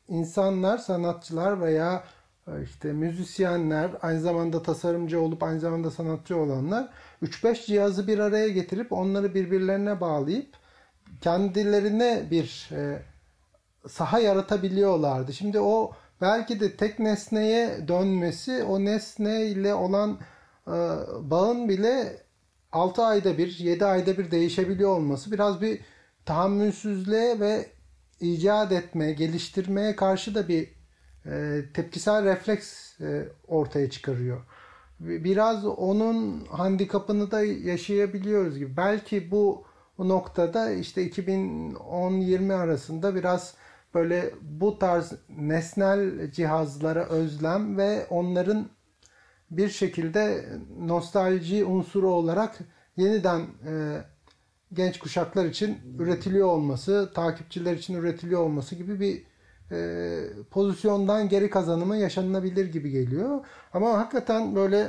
Speaker 1: insanlar, sanatçılar veya işte müzisyenler, aynı zamanda tasarımcı olup aynı zamanda sanatçı olanlar üç beş cihazı bir araya getirip onları birbirlerine bağlayıp kendilerine bir e, saha yaratabiliyorlardı. Şimdi o belki de tek nesneye dönmesi, o nesneyle olan e, bağın bile altı ayda bir, yedi ayda bir değişebiliyor olması biraz bir tahammülsüzlüğe ve icat etmeye, geliştirmeye karşı da bir e, tepkisel refleks e, ortaya çıkarıyor. Biraz onun handikapını da yaşayabiliyoruz gibi. Belki bu noktada işte iki bin on yirmi arasında biraz böyle bu tarz nesnel cihazlara özlem ve onların bir şekilde nostalji unsuru olarak yeniden e, genç kuşaklar için üretiliyor olması, takipçiler için üretiliyor olması gibi bir e, pozisyondan geri kazanımı yaşanılabilir gibi geliyor. Ama hakikaten böyle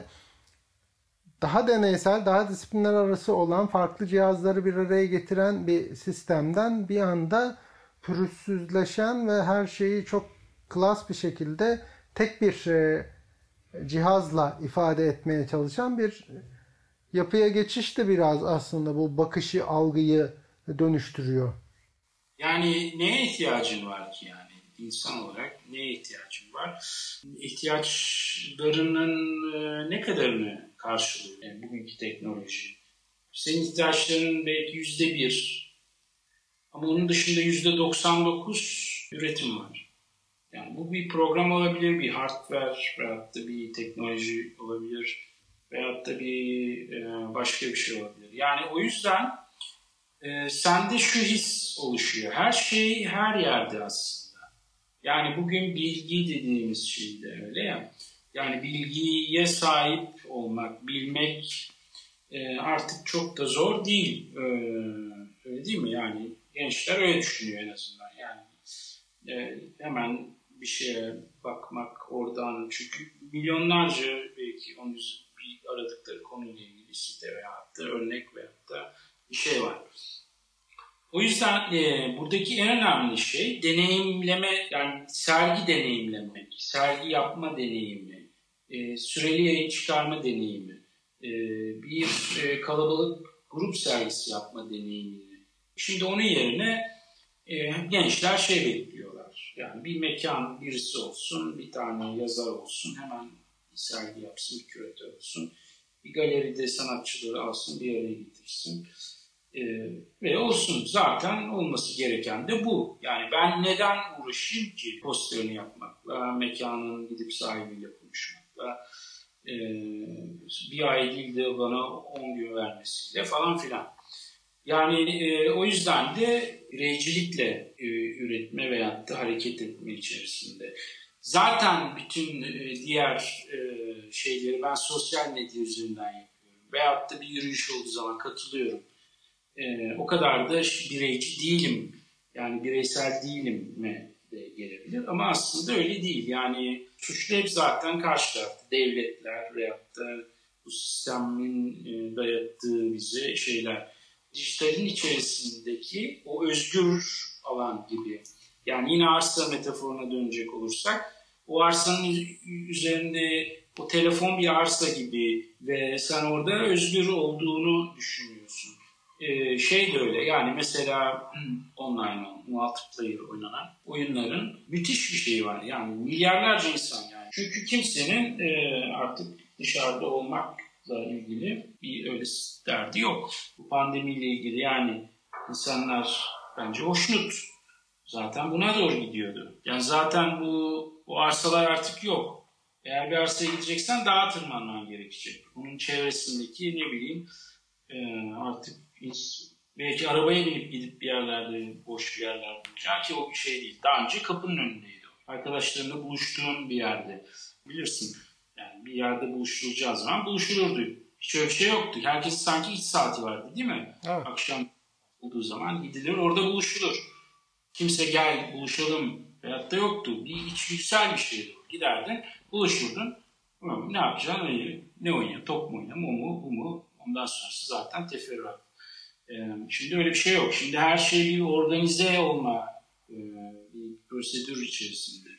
Speaker 1: daha deneysel, daha disiplinler arası olan farklı cihazları bir araya getiren bir sistemden bir anda pürüzsüzleşen ve her şeyi çok klas bir şekilde tek bir e, cihazla ifade etmeye çalışan bir yapıya geçiş de biraz aslında bu bakışı, algıyı dönüştürüyor.
Speaker 2: Yani neye ihtiyacın var ki yani? İnsan olarak neye ihtiyacın var? İhtiyaçlarının e, ne kadarını karşılıyor yani bugünkü teknoloji? Senin ihtiyaçların belki yüzde bir ama onun dışında yüzde doksan dokuz üretim var. Yani bu bir program olabilir, bir hardware veyahut da bir teknoloji olabilir veyahut da bir e, başka bir şey olabilir. Yani o yüzden e, sende şu his oluşuyor. Her şey her yerde aslında. Yani bugün bilgi dediğimiz şey de öyle ya. Yani bilgiye sahip olmak, bilmek e, artık çok da zor değil. E, öyle değil mi? Yani gençler öyle düşünüyor en azından. Yani e, hemen bir şeye bakmak oradan. Çünkü milyonlarca belki onun bir aradıkları konuyla ilgili site veyahut da örnek veyahut da bir şey var. O yüzden e, buradaki en önemli şey deneyimleme, yani sergi deneyimlemek, sergi yapma deneyimi, e, süreli yayın çıkarma deneyimi, e, bir e, kalabalık grup sergisi yapma deneyimi. Şimdi onun yerine e, gençler şey bekliyorlar. Yani bir mekan birisi olsun, bir tane yazar olsun, hemen bir sergi yapsın, bir küratör olsun, bir galeride sanatçıları alsın, bir araya getirsin. Ee, ve olsun. Zaten olması gereken de bu. Yani ben neden uğraşayım ki posterini yapmakla, mekanın gidip sahibiyle konuşmakla, e, bir ay değil de bana on gün vermesiyle falan filan. Yani e, o yüzden de bireycilikle e, üretme veyahut da hareket etme içerisinde. Zaten bütün e, diğer e, şeyleri ben sosyal medya üzerinden yapıyorum. Veyahut da bir yürüyüş olduğu zaman katılıyorum. Ee, o kadar da bireyci değilim, yani bireysel değilim mi de gelebilir ama aslında öyle değil. Yani suçlu hep zaten karşı tarafta, devletler veyahut da bu sistemin e, dayattığı bize şeyler. Dijitalin içerisindeki o özgür alan gibi. Yani yine arsa metaforuna dönecek olursak, o arsanın üzerinde o telefon bir arsa gibi ve sen orada özgür olduğunu düşünüyorsun. Ee, şey de öyle yani mesela online multiplayer oynanan oyunların müthiş bir şeyi var yani milyarlarca insan yani çünkü kimsenin e, artık dışarıda olmakla ilgili bir öyle derdi yok. Bu pandemiyle ilgili yani insanlar bence hoşnut, zaten buna doğru gidiyordu yani zaten bu o arsalar artık yok. Eğer bir arsaya gideceksen dağa tırmanman gerekecek, bunun çevresindeki ne bileyim e, artık belki arabaya binip gidip bir yerlerde, boş bir yerlerde bulacağım ki o bir şey değil. Daha önce kapının önündeydi o. Arkadaşlarımla buluştuğum bir yerde. Bilirsin yani bir yerde buluşturacağı zaman buluşulurdu. Hiç öyle bir şey yoktu. Herkesin sanki iç saati vardı değil mi?
Speaker 1: Evet.
Speaker 2: Akşam olduğu zaman gidilir orada buluşulur. Kimse gel buluşalım veyahut da yoktu. Bir içgüdüsel bir şeydi. Giderdin, buluşurdun. Ne yapacaksın? Ne oynayalım? Top mu oynayalım? O mu? Bu mu? Ondan sonrası zaten teferruat. Şimdi öyle bir şey yok. Şimdi her şey bir organize olma, bir bir prosedür içerisinde.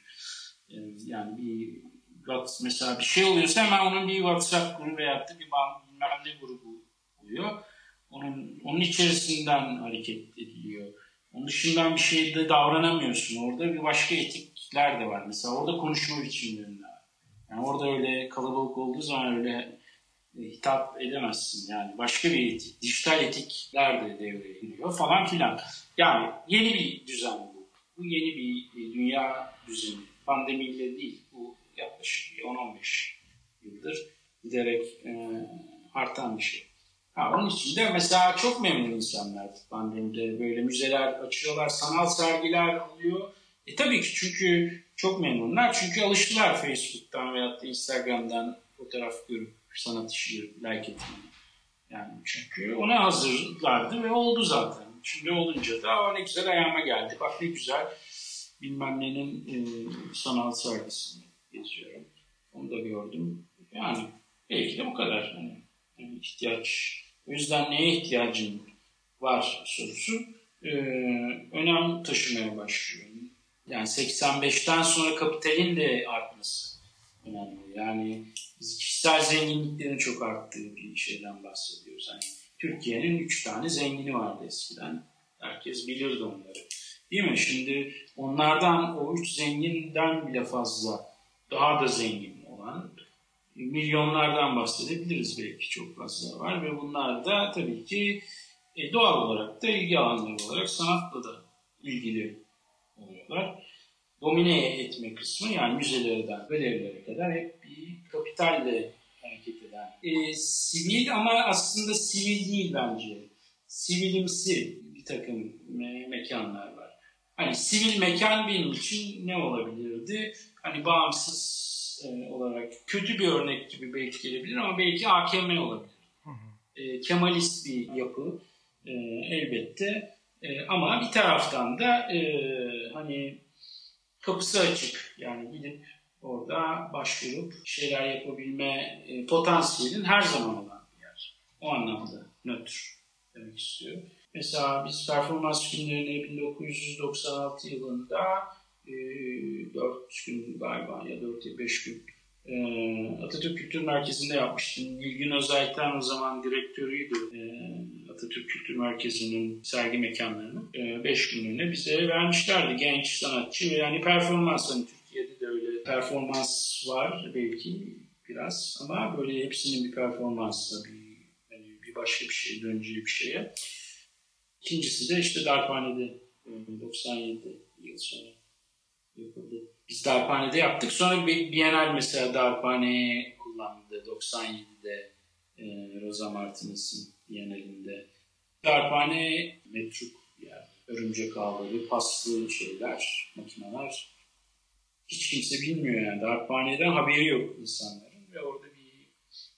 Speaker 2: Yani bir mesela bir şey oluyorsa hemen onun bir WhatsApp grubu veyahut da bir bilmem ne grubu oluyor. Onun, onun içerisinden hareket ediliyor. Onun dışından bir şeyde davranamıyorsun. Orada bir başka etikler de var. Mesela orada konuşma biçimlerinde var. Yani orada öyle kalabalık olduğu zaman öyle hitap edemezsin. Yani başka bir etik, dijital etikler de devreye giriyor falan filan. Yani yeni bir düzen bu. Bu yeni bir dünya düzeni. Pandemiyle değil. Bu yaklaşık on on beş yıldır giderek e, artan bir şey. Ha, onun için de mesela çok memnun insanlar pandemide. Böyle müzeler açıyorlar, sanal sergiler oluyor. E tabii ki çünkü çok memnunlar. Çünkü alıştılar Facebook'tan veyahut da Instagram'dan fotoğraf görüp sanat işi like etmeye. Yani çünkü ona hazırlardı ve oldu zaten. Şimdi olunca da ne güzel ayağıma geldi. Bak ne güzel bilmem nenin e, sanal sergisini geziyorum. Onu da gördüm. Yani belki de bu kadar. Yani, yani ihtiyaç. O yüzden neye ihtiyacın var sorusu e, önem taşımaya başlıyor. Yani seksen beşten sonra kapitalin de artması önemli. Yani biz kişisel zenginliklerin çok arttığı bir şeyden bahsediyoruz. Yani Türkiye'nin üç tane zengini vardı eskiden. Herkes bilirdi onları. Değil mi? Şimdi onlardan, o üç zenginden bile fazla, daha da zengin olan milyonlardan bahsedebiliriz, belki çok fazla var ve bunlar da tabii ki e, doğal olarak da ilgi alanları olarak sanatla da ilgili oluyorlar. Domine etme kısmı, yani müzelerden galerilere kadar hep bir kapitalle hareket eden. E, sivil ama aslında sivil değil bence. Sivilimsi bir takım me- mekanlar var. Hani sivil mekan benim için ne olabilirdi? Hani bağımsız e, olarak kötü bir örnek gibi belki gelebilir ama belki A K M olabilir. Hı hı. E, Kemalist bir yapı e, elbette e, ama bir taraftan da e, hani kapısı açık, yani gidip orada başvurup şeyler yapabilme e, potansiyelin her zaman olan bir yer. O anlamda nötr demek istiyor. Mesela biz performans günlerini bin dokuz yüz doksan altı yılında e, dört gün galiba ya dört ya beş gün e, Atatürk Kültür Merkezi'nde yapmıştım. Nilgün Özaytan o zaman direktörüydü e, Atatürk Kültür Merkezi'nin sergi mekanlarını. e, beş günlüğüne bize vermişlerdi, genç sanatçı ve yani performans, hani Türkiye'de de öyle performans var belki biraz ama böyle hepsinin bir performansla bir, yani bir başka bir şeye döneceği bir şeye. İkincisi de işte Darphane'de doksan yedi yıl sonra yapıldı. Biz Darphane'de yaptık. Sonra Bienal mesela Darphane'yi kullandı doksan yedide e, Rosa Martinez'in Bienalinde. Darphane metruk, yani örümcek ağları, paslı şeyler, makineler. Hiç kimse bilmiyor yani. Darphane'den haberi yok insanların ve orada bir,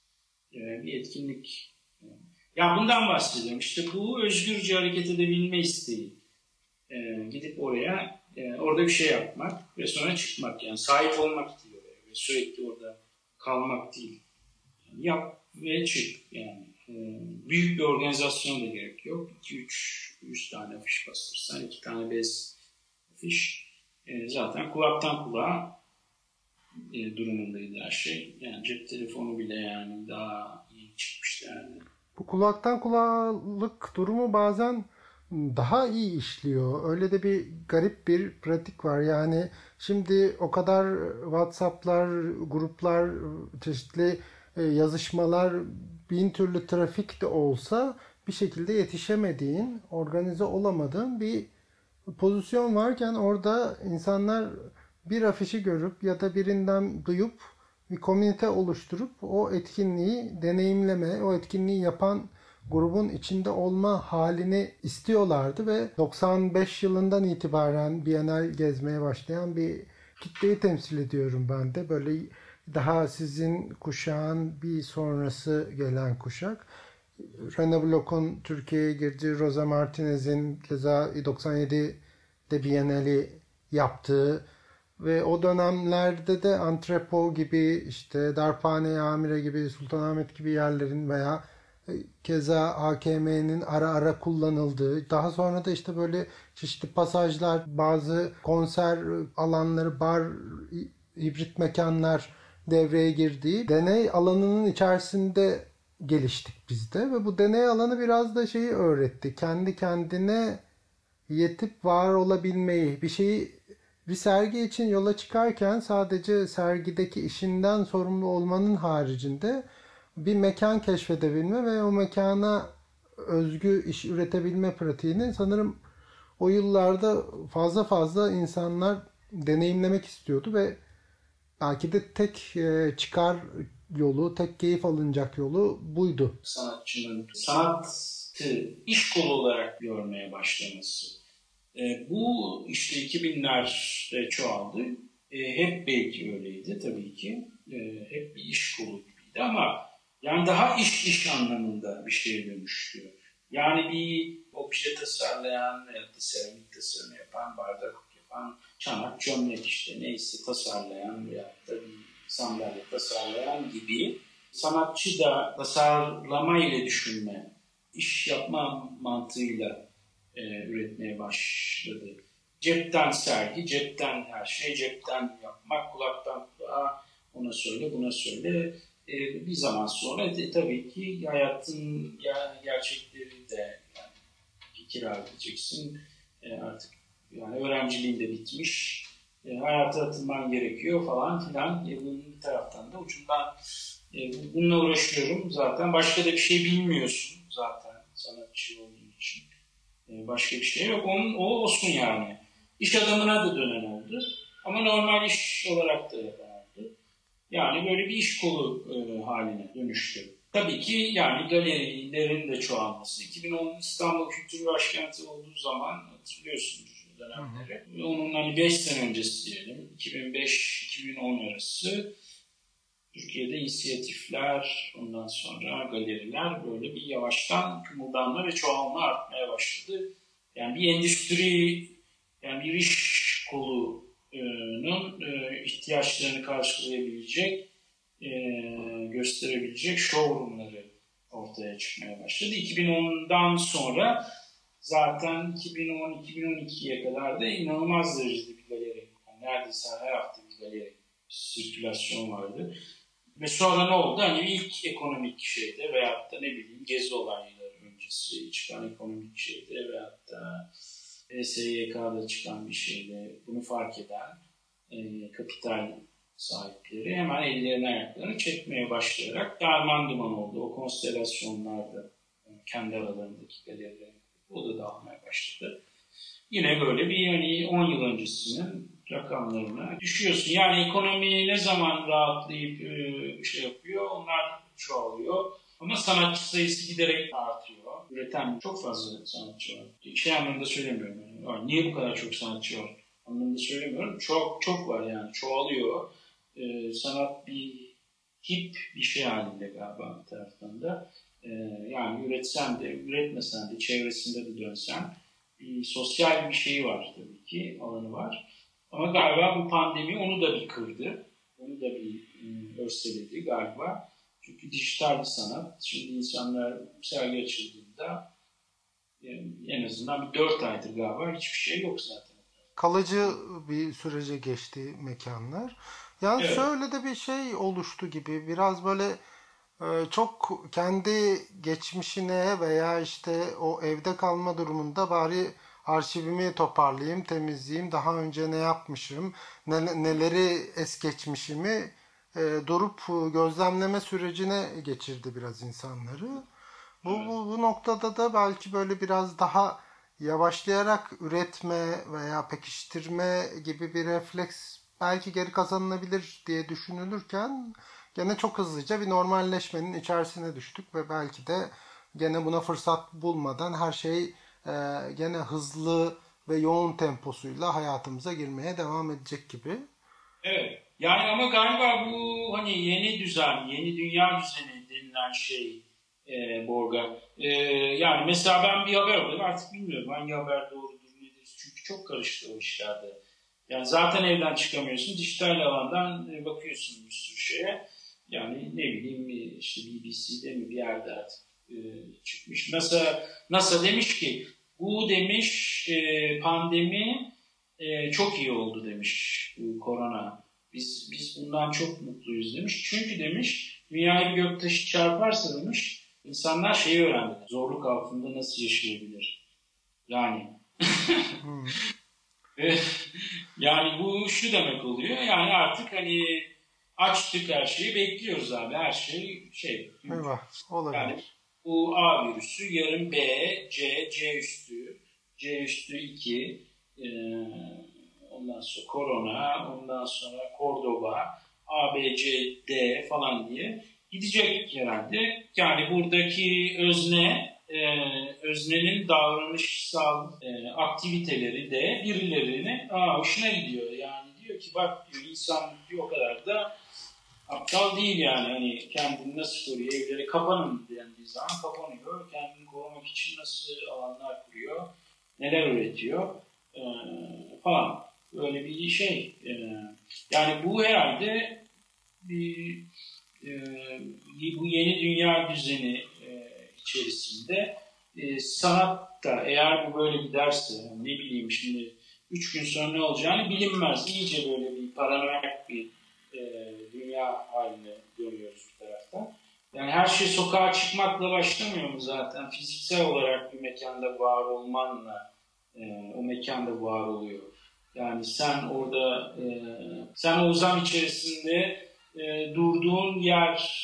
Speaker 2: e, bir etkinlik. Ya bundan bahsediyorum. İşte bu özgürce hareket edebilme isteği. Ee, gidip oraya, e, orada bir şey yapmak ve sonra çıkmak. Yani sahip olmak değil oraya ve sürekli orada kalmak değil. Yani yap ve çık. Yani e, büyük bir organizasyon da gerek yok. iki üç yüz tane afiş bastırsan, iki tane bez afiş. E, zaten kulaktan kulağa e, durumundaydı her şey. Yani cep telefonu bile yani daha iyi çıkmıştı yani.
Speaker 1: Bu kulaktan kulaklık durumu bazen daha iyi işliyor. Öyle de bir garip bir pratik var. Yani şimdi o kadar WhatsApp'lar, gruplar, çeşitli yazışmalar, bin türlü trafik de olsa bir şekilde yetişemediğin, organize olamadığın bir pozisyon varken orada insanlar bir afişi görüp ya da birinden duyup bir komünite oluşturup o etkinliği deneyimleme, o etkinliği yapan grubun içinde olma halini istiyorlardı ve doksan beş yılından itibaren Bienal gezmeye başlayan bir kitleyi temsil ediyorum ben de. Böyle daha sizin kuşağın bir sonrası gelen kuşak. René Bloch'un Türkiye'ye girdiği, Rosa Martinez'in keza doksan yedide Bienali yaptığı ve o dönemlerde de Antrepo gibi, işte Darphane, Amire gibi, Sultanahmet gibi yerlerin veya Keza A K M'nin ara ara kullanıldığı, daha sonra da işte böyle çeşitli pasajlar, bazı konser alanları, bar, hibrit mekanlar devreye girdiği deney alanının içerisinde geliştik biz de. Ve bu deney alanı biraz da şeyi öğretti. Kendi kendine yetip var olabilmeyi, bir şeyi bir sergi için yola çıkarken sadece sergideki işinden sorumlu olmanın haricinde bir mekan keşfedebilme ve o mekana özgü iş üretebilme pratiğini sanırım o yıllarda fazla fazla insanlar deneyimlemek istiyordu ve belki de tek çıkar yolu, tek keyif alınacak yolu buydu.
Speaker 2: Sanatçının sanatı iş kolu olarak görmeye başlaması. E, bu işte iki binlerde çoğaldı. E, hep belki öyleydi tabii ki. E, hep bir iş kolu gibiydi ama yani daha iş iş anlamında bir şeye dönüştü. Yani bir obje tasarlayan ya da seramik tasarımı yapan, bardak yapan, çanak, çömlek işte neyse tasarlayan ya da bir sandalye tasarlayan gibi sanatçı da tasarlama ile düşünme, iş yapma mantığıyla e, üretmeye başladı. Cepten sergi, cepten her şey, cepten yapmak, kulaktan kulağa ona söyle, buna söyle. E, bir zaman sonra de, tabii ki hayatın ya, gerçekleri de yani, kira edeceksin. E, artık yani öğrenciliğin de bitmiş. E, hayata atılman gerekiyor falan filan. E, bunun bir taraftan da ucundan e, bununla uğraşıyorum zaten. Başka da bir şey bilmiyorsun zaten sanatçı olduğun için. E, başka bir şey yok. Onun, o olsun yani. İş adamına da dönen oldu. Ama normal iş olarak da yapan oldu. Yani böyle bir iş kolu e, haline dönüştü. Tabii ki yani galerilerin de çoğalması. iki bin on İstanbul Kültür Başkenti olduğu zaman hatırlıyorsunuz dönemleri. Hı hı. Onun hani beş sene öncesi diyelim. iki bin beş iki bin on arası Türkiye'de inisiyatifler, ondan sonra galeriler böyle bir yavaştan kımıldanma ve çoğalma artmaya başladı. Yani bir endüstri, yani bir iş kolunun ihtiyaçlarını karşılayabilecek, gösterebilecek showroomları ortaya çıkmaya başladı. iki bin ondan sonra zaten iki bin on iki bin on ikiye kadar da inanılmaz derecede bir galeri, yani neredeyse her hafta bir galeri sirkülasyon vardı. Ve sonra ne oldu? Hani ilk ekonomik şeyde veyahut da ne bileyim gezi olayları öncesi çıkan ekonomik şeyde veyahut da S Y K'da çıkan bir şeyde bunu fark eden e, kapital sahipleri hemen ellerine ayaklarını çekmeye başlayarak darman duman oldu. O konstelasyonlarda kendi aralarındaki galerilerin o da dağılmaya başladı. Yine böyle bir hani on yıl öncesinin rakamlarına düşüyorsun. Yani ekonomi ne zaman rahatlayıp e, şey yapıyor, onlar çoğalıyor. Ama sanatçı sayısı giderek artıyor. Üreten çok fazla sanatçı var. Şey anlamında söylemiyorum. Yani, niye bu kadar çok sanatçı var anlamında söylemiyorum. Çok çok var yani çoğalıyor. E, sanat bir hip bir şey halinde galiba bir taraftan da. E, yani üretsen de, üretmesen de, çevresinde de dönsen bir sosyal bir şey var tabii ki, alanı var. Ama galiba bu pandemi onu da bir kırdı. Onu da bir e, örseledi galiba. Çünkü dijital bir sanat. Şimdi insanlar sergi açıldığında e, en azından bir dört aydır galiba hiçbir şey yok zaten.
Speaker 1: Kalıcı bir sürece geçti mekanlar. Yani
Speaker 2: Evet.
Speaker 1: şöyle de bir şey oluştu gibi. Biraz böyle e, çok kendi geçmişine veya işte o evde kalma durumunda bari arşivimi toparlayayım, temizleyeyim, daha önce ne yapmışım, ne, neleri es geçmişimi e, durup gözlemleme sürecine geçirdi biraz insanları. Bu,
Speaker 2: Evet.
Speaker 1: bu, bu noktada da belki böyle biraz daha yavaşlayarak üretme veya pekiştirme gibi bir refleks belki geri kazanılabilir diye düşünülürken gene çok hızlıca bir normalleşmenin içerisine düştük ve belki de gene buna fırsat bulmadan her şey e, gene hızlı ve yoğun temposuyla hayatımıza girmeye devam edecek gibi.
Speaker 2: Evet. Yani ama galiba bu hani yeni düzen, yeni dünya düzeni denilen şey e, Borga. E, yani mesela ben bir haber alıyorum artık bilmiyorum hangi haber doğrudur nedir. Çünkü çok karıştı o işlerde. Yani zaten evden çıkamıyorsun. Dijital alandan bakıyorsun bir sürü şeye. Yani ne bileyim işte B B C'de mi bir yerde artık e, çıkmış. NASA, NASA demiş ki bu demiş e, pandemi e, çok iyi oldu demiş, bu korona. Biz biz bundan çok mutluyuz demiş. Çünkü demiş dünyaya bir göktaşı çarparsa demiş insanlar şeyi öğrendi. Zorluk altında nasıl yaşayabilir? Yani
Speaker 1: Hmm.
Speaker 2: yani bu şu demek oluyor. Yani artık hani açtık her şeyi, bekliyoruz abi. Her şey şey.
Speaker 1: Eyvah, olabilir.
Speaker 2: Yani bu A virüsü yarın B, C, C üstü, C üstü iki, e, ondan sonra korona, ondan sonra Cordoba, A, B, C, D falan diye gidecek herhalde. Yani buradaki özne, e, öznenin davranışsal e, aktiviteleri de birilerine aa, hoşuna gidiyor. Yani diyor ki bak diyor, insan diyor, o kadar da aptal değil yani. Hani kendini nasıl koruyor, evlere kapanın dendiği zaman kapanıyor. Kendini korumak için nasıl alanlar kuruyor, neler üretiyor e, falan. Böyle bir şey. E, yani bu herhalde bir, e, bu yeni dünya düzeni e, içerisinde e, sanat da eğer bu böyle giderse, ne bileyim şimdi üç gün sonra ne olacağını bilinmez. İyice böyle bir paranoyak bir e, dünya haline dönüyoruz bir taraftan. Yani her şey sokağa çıkmakla başlamıyor mu zaten? Fiziksel olarak bir mekanda var olmanla e, o mekanda var oluyor. Yani sen orada, e, sen o zam içerisinde e, durduğun yer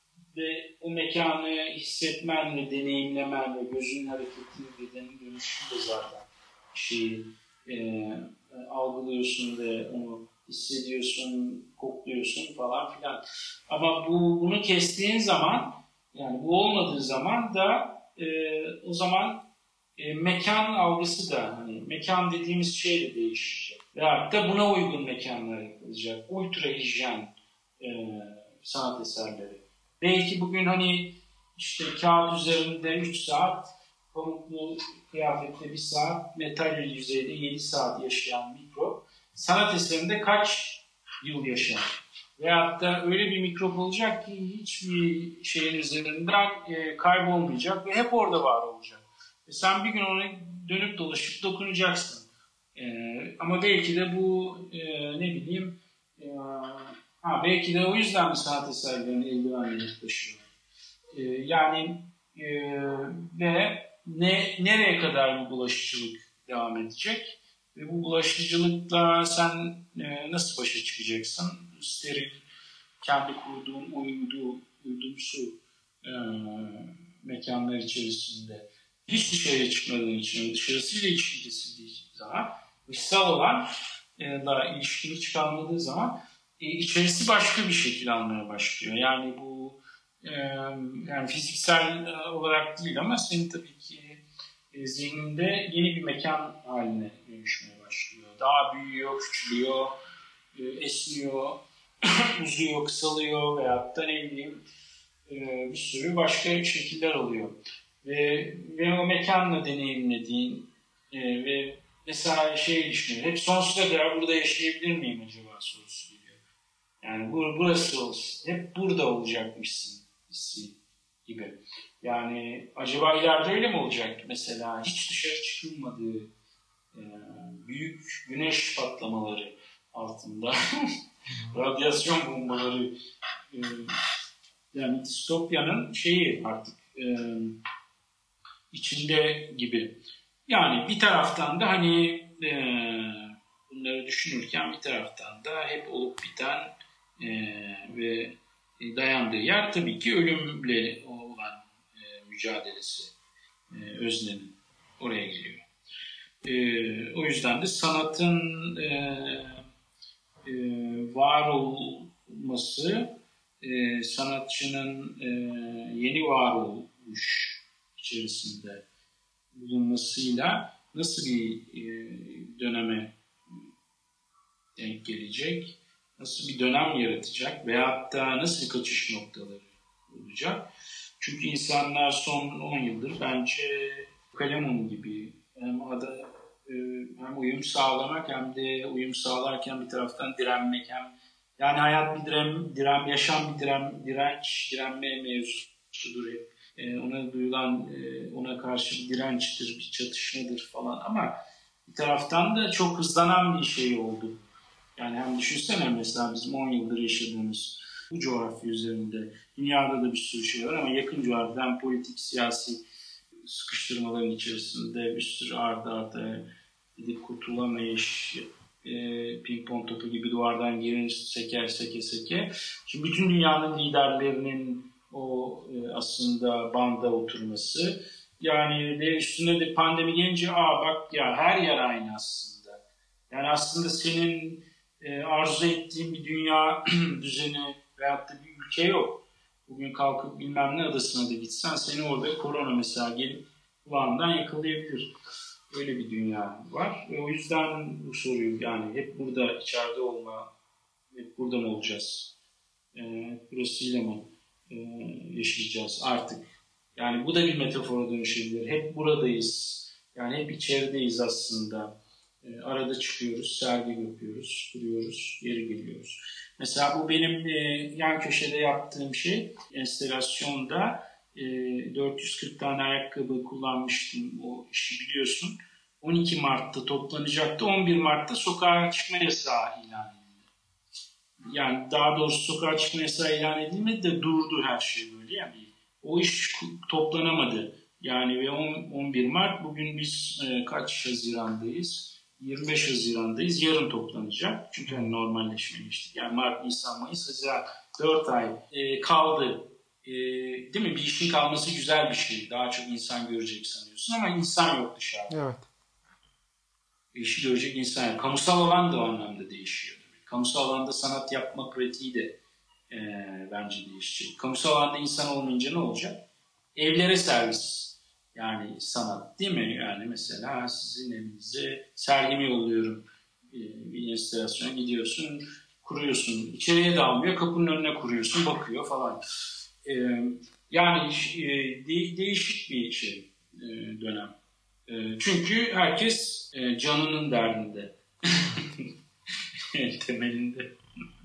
Speaker 2: ve o mekanı hissetmenle, deneyimlemenle, gözünün hareketini, bedenin dönüşünü de zaten şeyi e, algılıyorsun ve onu hissediyorsun, kokluyorsun falan filan. Ama bu bunu kestiğin zaman, yani bu olmadığı zaman da e, o zaman e, mekan algısı da, hani mekan dediğimiz şey de değişecek. Veyahut da buna uygun mekanlar yapılacak. Ultra hijyen e, sanat eserleri. Belki bugün hani işte kağıt üzerinde üç saat, pamuklu kıyafette bir saat, metal yüzeyde yedi saat yaşayan mikrop, sanat eserinde kaç yıl yaşar? Veyahut da öyle bir mikrop olacak ki hiçbir şeyin üzerinden e, kaybolmayacak ve hep orada var olacak. E sen bir gün ona dönüp dolaşıp dokunacaksın. E, ama belki de bu e, ne bileyim e, ha, belki de o yüzden mi sanat eserlerini eldivenle taşıyor? E, yani e, ve ne nereye kadar bu bulaşıcılık devam edecek? Ve bu bulaşıcılıkla sen e, nasıl başa çıkacaksın? Steril, kendi kurduğun uydu, uydumsu e, mekanlar içerisinde hiç dışarıya çıkmadığın için, dışarısıyla ilişkin kesildiği zaman, dışsal olan e, da ilişkini çıkarmadığı zaman e, içerisi başka bir şekil almaya başlıyor. Yani bu e, yani fiziksel olarak değil ama senin tabii ki e, zihninde yeni bir mekan haline dönüşmeye başlıyor. Daha büyüyor, küçülüyor, e, esniyor, uzuyor, kısalıyor veyahut da ne bileyim e, bir sürü başka şekiller oluyor. Ve, ve o mekanla deneyimlediğin e, ve mesela şey düşünüyor, hep sonsuza kadar burada yaşayabilir miyim acaba sorusu geliyor. Yani bu, burası olsun, hep burada olacakmışsın hissi gibi. Yani acaba ileride öyle mi olacak? Mesela hiç dışarı çıkılmadığı e, büyük güneş patlamaları altında radyasyon bombaları e, yani distopyanın şeyi artık e, içinde gibi. Yani bir taraftan da hani e, bunları düşünürken bir taraftan da hep olup biten e, ve dayandığı yer tabii ki ölümle olan e, mücadelesi, e, öznenin oraya geliyor. E, o yüzden de sanatın e, e, var olması, e, sanatçının e, yeni varoluş içerisinde bulunmasıyla nasıl bir e, döneme denk gelecek, nasıl bir dönem yaratacak veyahut da nasıl bir kaçış noktaları olacak. Çünkü insanlar son on yıldır bence Kalemun gibi hem, ada, e, hem uyum sağlamak hem de uyum sağlarken bir taraftan direnmek, hem yani hayat bir diren, diren yaşam bir diren, direnç, direnme mevzusudur hep. e, ona duyulan, e, ona karşı bir dirençtir, bir çatışmadır falan ama bir taraftan da çok hızlanan bir şey oldu. Yani hem düşünsene mesela bizim on yıldır yaşadığımız bu coğrafya üzerinde dünyada da bir sürü şey var ama yakın coğrafyadan politik, siyasi sıkıştırmaların içerisinde bir sürü ardı ardı gidip kurtulamayış, e, pimpon topu gibi duvardan girin seker seke seke. Şimdi bütün dünyanın liderlerinin o e, aslında banda oturması. Yani de üstüne de pandemi gelince aa bak ya her yer aynı aslında. Yani aslında senin e, arzu ettiğin bir dünya düzeni veyahut da bir ülke yok. Bugün kalkıp bilmem ne adasına da gitsen seni orada korona mesela gelip kulağından yakalayabilir. Öyle bir dünya var. Ve o yüzden bu soruyu yani hep burada içeride olma, hep burada mı olacağız? E, burasıyla mı e, yaşayacağız artık? Yani bu da bir metafora dönüşebilir. Hep buradayız. Yani hep içerideyiz aslında. E, arada çıkıyoruz, sergi yapıyoruz, kuruyoruz, geri geliyoruz. Mesela bu benim e, yan köşede yaptığım şey, enstalasyonda e, dört yüz kırk tane ayakkabı kullanmıştım. O işi biliyorsun. on iki Mart'ta toplanacaktı. on bir Mart'ta sokağa çıkma yasağı ilan edildi. Yani daha doğrusu sokağa çıkma yasağı ilan edilmedi de durdu her şey böyle. Yani o iş toplanamadı. Yani ve on bir Mart bugün biz e, kaç Haziran'dayız? yirmi beş Haziran'dayız. Yarın toplanacak. Çünkü hani normalleşmeye geçtik. Yani Mart, Nisan, Mayıs, Haziran dört ay e, kaldı. E, değil mi? Bir işin kalması güzel bir şey. Daha çok insan görecek sanıyorsun ama insan yok dışarıda.
Speaker 1: Evet.
Speaker 2: İşi görecek insan yok. Kamusal alan da o anlamda değişiyor. Kamusal alanda sanat yapma pratiği de e, bence değişecek. Kamusal alanda insan olmayınca ne olacak? Evlere servis. Yani sanat değil mi? Yani mesela sizin evinize sergimi yolluyorum. E, bir enstalasyona gidiyorsun, kuruyorsun. İçeriye dalmıyor, kapının önüne kuruyorsun, bakıyor falan. E, yani e, de, değişik bir şey e, dönem. E, çünkü herkes e, canının derdinde. Temelinde.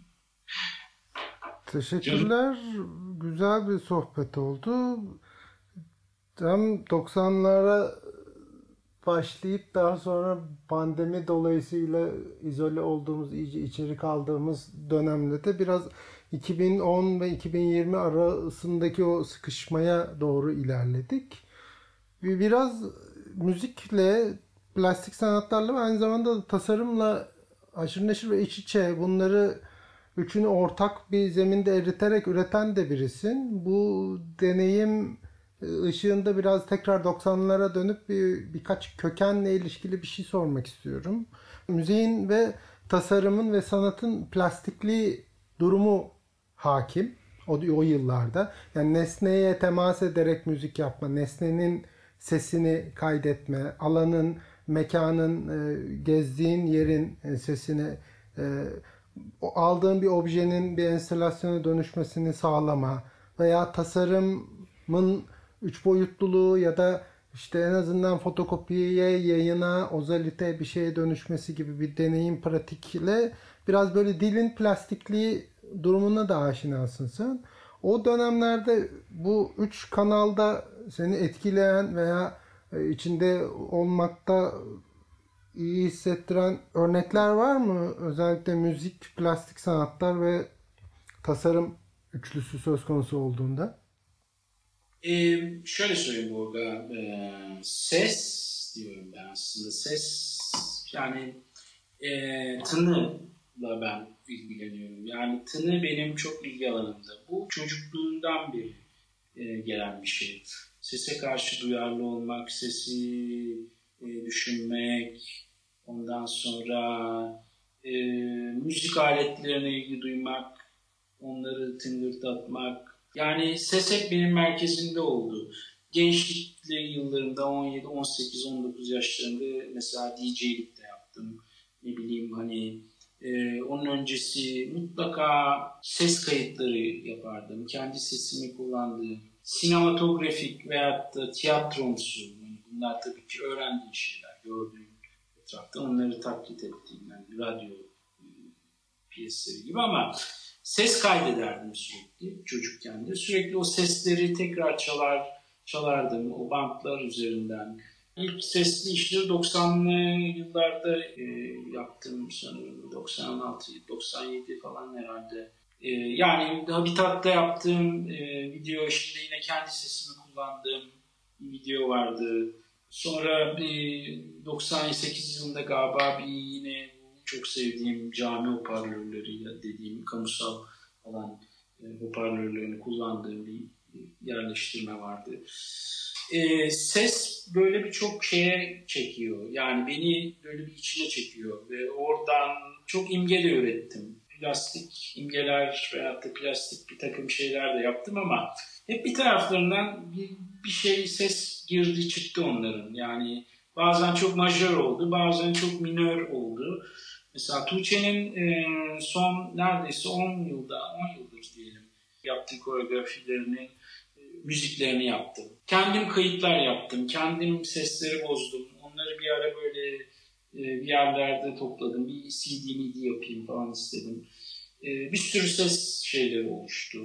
Speaker 1: Teşekkürler. Güzel bir sohbet oldu. Hem doksanlara başlayıp daha sonra pandemi dolayısıyla izole olduğumuz, iyice içeri kaldığımız dönemde de biraz iki bin on ve iki bin yirmi arasındaki o sıkışmaya doğru ilerledik. Biraz müzikle, plastik sanatlarla ve aynı zamanda tasarımla aşırı neşir ve iç içe bunları üçünü ortak bir zeminde eriterek üreten de birisin. Bu deneyim ışığında biraz tekrar doksanlara dönüp bir, birkaç kökenle ilişkili bir şey sormak istiyorum. Müziğin ve tasarımın ve sanatın plastikli durumu hakim o, o yıllarda. Yani nesneye temas ederek müzik yapma, nesnenin sesini kaydetme, alanın, mekanın, e, gezdiğin yerin e, sesini, e, aldığın bir objenin bir enstalasyona dönüşmesini sağlama veya tasarımın üç boyutluluğu ya da işte en azından fotokopiye, yayına, ozalite bir şeye dönüşmesi gibi bir deneyim pratikle biraz böyle dilin plastikliği durumuna da aşinasın sen. O dönemlerde bu üç kanalda seni etkileyen veya içinde olmakta iyi hissettiren örnekler var mı? Özellikle müzik, plastik sanatlar ve tasarım üçlüsü söz konusu olduğunda.
Speaker 2: Ee, şöyle söyleyeyim burada. Ee, ses diyorum ben aslında. Ses yani e, tınıyla ben ilgileniyorum. Yani tını benim çok ilgi alanımda. Bu çocukluğumdan beri e, gelen bir şey. Sese karşı duyarlı olmak, sesi e, düşünmek, ondan sonra e, müzik aletlerine ilgi duymak, onları tıngırdatmak. Yani ses hep benim merkezimde oldu. Gençlikli yıllarımda on yedi, on sekiz, on dokuz yaşlarında mesela D J'lik de yaptım. Ne bileyim hani e, onun öncesi mutlaka ses kayıtları yapardım. Kendi sesimi kullandığım. Sinematografik veyahut da tiyatromsu. Yani bunlar tabii ki öğrendiğim şeyler. Gördüğüm etrafta onları taklit ettiğim. Yani radyo e, piyesleri gibi ama ses kaydederdim sürekli çocukken de. Sürekli o sesleri tekrar çalar, çalardım o bantlar üzerinden. İlk sesli işleri doksanlı yıllarda e, yaptım sanırım. doksan altı doksan yedi falan herhalde. E, yani Habitat'ta yaptığım e, video, şimdi yine kendi sesimi kullandığım bir video vardı. Sonra bir doksan sekiz yılında galiba bir yine çok sevdiğim cami hoparlörleri dediğim kamusal alan e, hoparlörlerini kullandığım bir yerleştirme vardı. E, ses böyle birçok şeye çekiyor. Yani beni böyle bir içine çekiyor ve oradan çok imge de ürettim. Plastik imgeler veyahut da plastik bir takım şeyler de yaptım ama hep bir taraflarından bir, bir şey, ses girdi çıktı onların. Yani bazen çok majör oldu, bazen çok minör oldu. Mesela Tuğçe'nin e, son neredeyse on yılda, on yıldır diyelim yaptığı koreografilerini, e, müziklerini yaptım. Kendim kayıtlar yaptım, kendim sesleri bozdum. Onları bir ara böyle e, bir yerlerde topladım. Bir C D M D yapayım falan istedim. E, bir sürü ses şeyleri oluştu.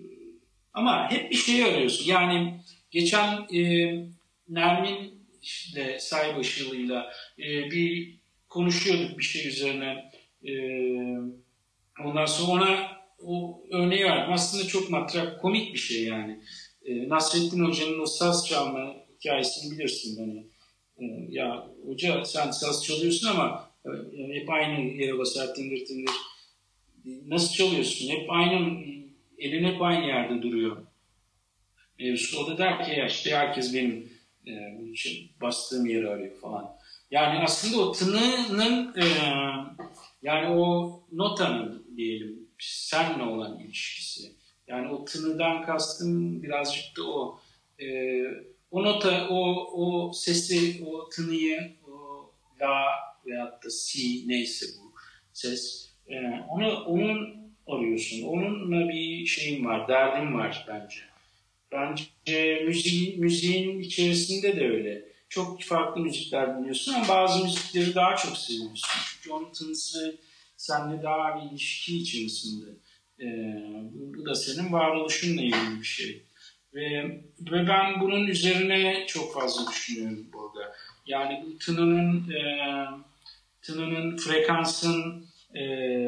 Speaker 2: Ama hep bir şey arıyorsun. Yani geçen e, Nermin ile Saybaşı'yla e, bir konuşuyorduk bir şey üzerine. E, ondan sonra ona o örneği verdim. Aslında çok matrak, komik bir şey yani. E, Nasrettin Hoca'nın o saz çalma hikayesini bilirsin. Hani, e, ya hoca sen saz çalıyorsun ama e, hep aynı yere basar tıngır tıngır. Nasıl çalıyorsun? Hep aynı, elin hep aynı yerde duruyor. Mevzusu. O da der ki ya işte herkes benim e, bastığım yeri arıyor falan. Yani aslında o tınının e, yani o notanın diyelim senle olan ilişkisi. Yani o tınıdan kastım birazcık da o. E, o nota, o, o sesi, o tınıyı, o la veyahut da si neyse bu ses. E, onu, onun arıyorsun. Onunla bir şeyin var, derdin var bence. Bence müziğin, müziğin içerisinde de öyle. Çok farklı müzikler dinliyorsun ama bazı müzikleri daha çok seviyorsun. Çünkü onun tınısı seninle daha bir ilişki içerisinde. Ee, bu, bu da senin varoluşunla ilgili bir şey. Ve, ve ben bunun üzerine çok fazla düşünüyorum burada. Yani bu tınının, e, tınının, frekansın e,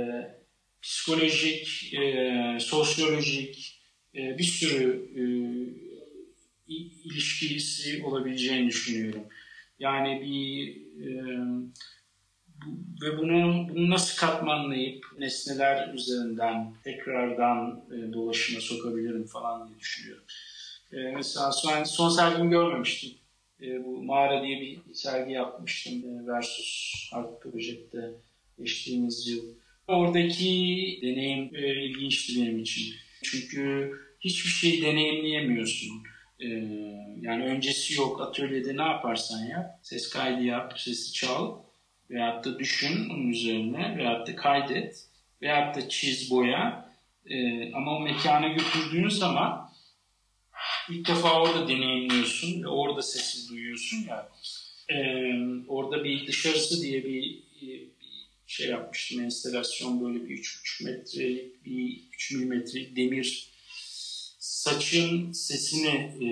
Speaker 2: psikolojik, e, sosyolojik, e, bir sürü e, ilişkisi olabileceğini düşünüyorum. Yani bir e, bu, ve bunu, bunu nasıl katmanlayıp nesneler üzerinden tekrardan e, dolaşıma sokabilirim falan diye düşünüyorum. E, mesela son, son sergimi görmemiştim. E, bu Mağara diye bir sergi yapmıştım. E, Versus Art Project'te geçtiğimiz yıl. Oradaki deneyim e, ilginçti benim için. Çünkü hiçbir şeyi deneyimleyemiyorsun. Ee, yani öncesi yok, atölyede ne yaparsan yap, ses kaydı yap, sesi çal veyahut da düşün onun üzerine veyahut da kaydet veyahut da çiz, boya. Ee, ama o mekana götürdüğün zaman ilk defa orada deneyimliyorsun ve orada sesi duyuyorsun ya. Ee, orada bir dışarısı diye bir, bir şey yapmıştım, enstalasyon, böyle bir üç buçuk metrelik bir üç milimetrelik demir saçın sesini e,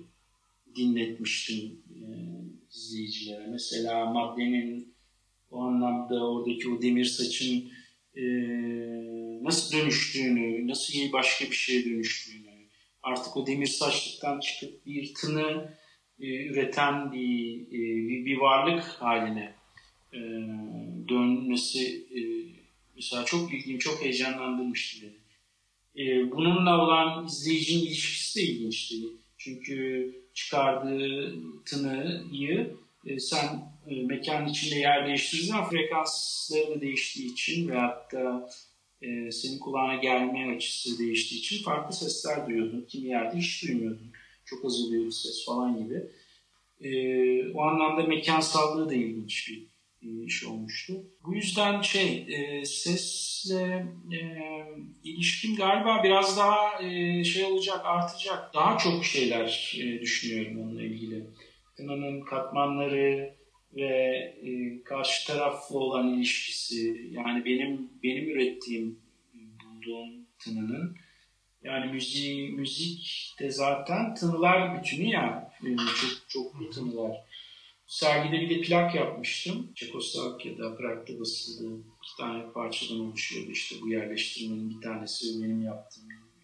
Speaker 2: dinletmiştim e, izleyicilere. Mesela maddenin o anlamda oradaki o demir saçın e, nasıl dönüştüğünü, nasıl başka bir şeye dönüştüğünü, artık o demir saçlıktan çıkıp bir tını e, üreten bir, e, bir, bir varlık haline e, dönmesi e, mesela çok ilginç, çok heyecanlandırmıştı beni. E, bununla olan izleyicinin ilişkisi de ilginçti. Çünkü çıkardığı tınıyı e, sen e, mekanın içinde yer değiştirdiğin zaman frekansları da değiştiği için veyahut da e, senin kulağına gelme açısı değiştiği için farklı sesler duyuyordun. Kimi yerde hiç duymuyordun. Çok azalıyor ses falan gibi. E, o anlamda mekansallığı da ilginç bir iş olmuştu. Bu yüzden şey e, sesle e, ilişkim galiba biraz daha e, şey olacak, artacak. Daha çok şeyler e, düşünüyorum onunla ilgili. Tınanın katmanları ve e, karşı tarafla olan ilişkisi, yani benim benim ürettiğim, bulduğum tınının Yani müzik, müzik de zaten tınılar bütünü ya. Çok çoklu tınılar. Sergide bir de plak yapmıştım. Çekoslovakya'da, Prag'da basıldı. İki tane parçadan oluşuyordu. İşte bu yerleştirmenin bir tanesi benim yaptığım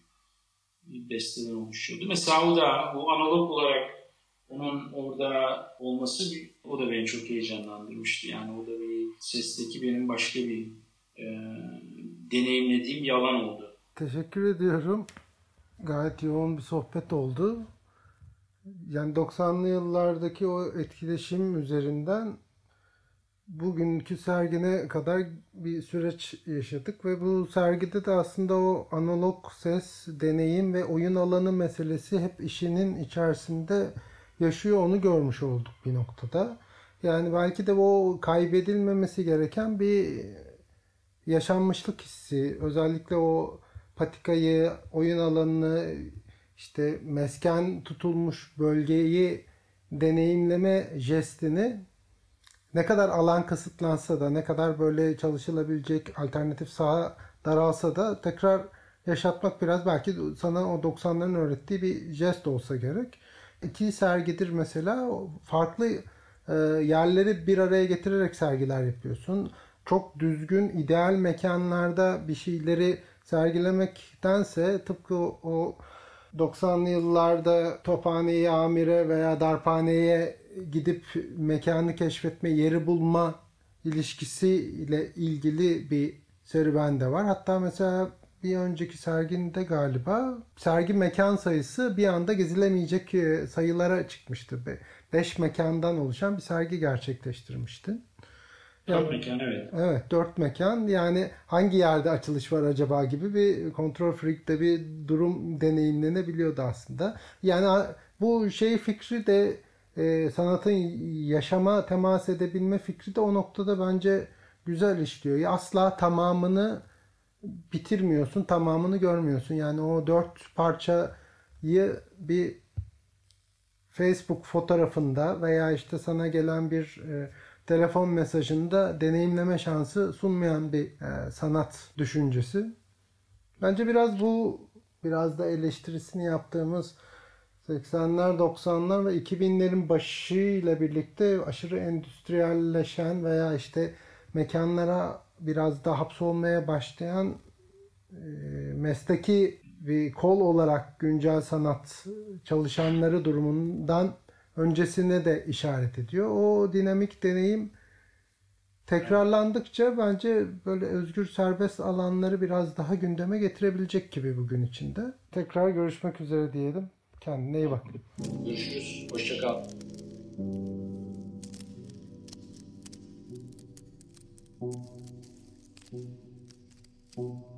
Speaker 2: bir besteden oluşuyordu. Mesela o da o analog olarak onun orada olması o da beni çok heyecanlandırmıştı. Yani o da bir sesteki benim başka bir e, deneyimlediğim bir alan oldu.
Speaker 1: Teşekkür ediyorum. Gayet yoğun bir sohbet oldu. Yani doksanlı yıllardaki o etkileşim üzerinden bugünkü sergine kadar bir süreç yaşadık ve bu sergide de aslında o analog ses, deneyim ve oyun alanı meselesi hep işinin içerisinde yaşıyor, onu görmüş olduk bir noktada. Yani belki de o kaybedilmemesi gereken bir yaşanmışlık hissi, özellikle o patikayı, oyun alanını, işte mesken tutulmuş bölgeyi deneyimleme jestini ne kadar alan kısıtlansa da, ne kadar böyle çalışılabilecek alternatif saha daralsa da tekrar yaşatmak biraz belki sana o doksanların öğrettiği bir jest olsa gerek. İki sergidir mesela, farklı e, yerleri bir araya getirerek sergiler yapıyorsun. Çok düzgün, ideal mekanlarda bir şeyleri sergilemektense tıpkı o doksanlı yıllarda Tophane'ye, Amire veya Darphane'ye gidip mekanı keşfetme, yeri bulma ilişkisiyle ilgili bir serüven de var. Hatta mesela bir önceki serginde galiba sergi mekan sayısı bir anda gezilemeyecek sayılara çıkmıştı. Beş mekandan oluşan bir sergi gerçekleştirmiştin.
Speaker 2: Dört mekan, evet.
Speaker 1: Evet, dört mekan. Yani hangi yerde açılış var acaba gibi bir Control Freak'te bir durum deneyimlenebiliyordu aslında. Yani bu şey fikri de e, sanatın yaşama temas edebilme fikri de o noktada bence güzel işliyor. Asla tamamını bitirmiyorsun, tamamını görmüyorsun. Yani o dört parçayı bir Facebook fotoğrafında veya işte sana gelen bir e, telefon mesajında deneyimleme şansı sunmayan bir e, sanat düşüncesi. Bence biraz bu, biraz da eleştirisini yaptığımız seksenler, doksanlar ve iki binlerin başıyla birlikte aşırı endüstriyelleşen veya işte mekanlara biraz da hapsolmaya başlayan e, mesleki bir kol olarak güncel sanat çalışanları durumundan öncesine de işaret ediyor. O dinamik deneyim tekrarlandıkça bence böyle özgür serbest alanları biraz daha gündeme getirebilecek gibi bugün içinde. Tekrar görüşmek üzere diyelim. Kendine iyi bak.
Speaker 2: Görüşürüz. Hoşça kal. Thank you.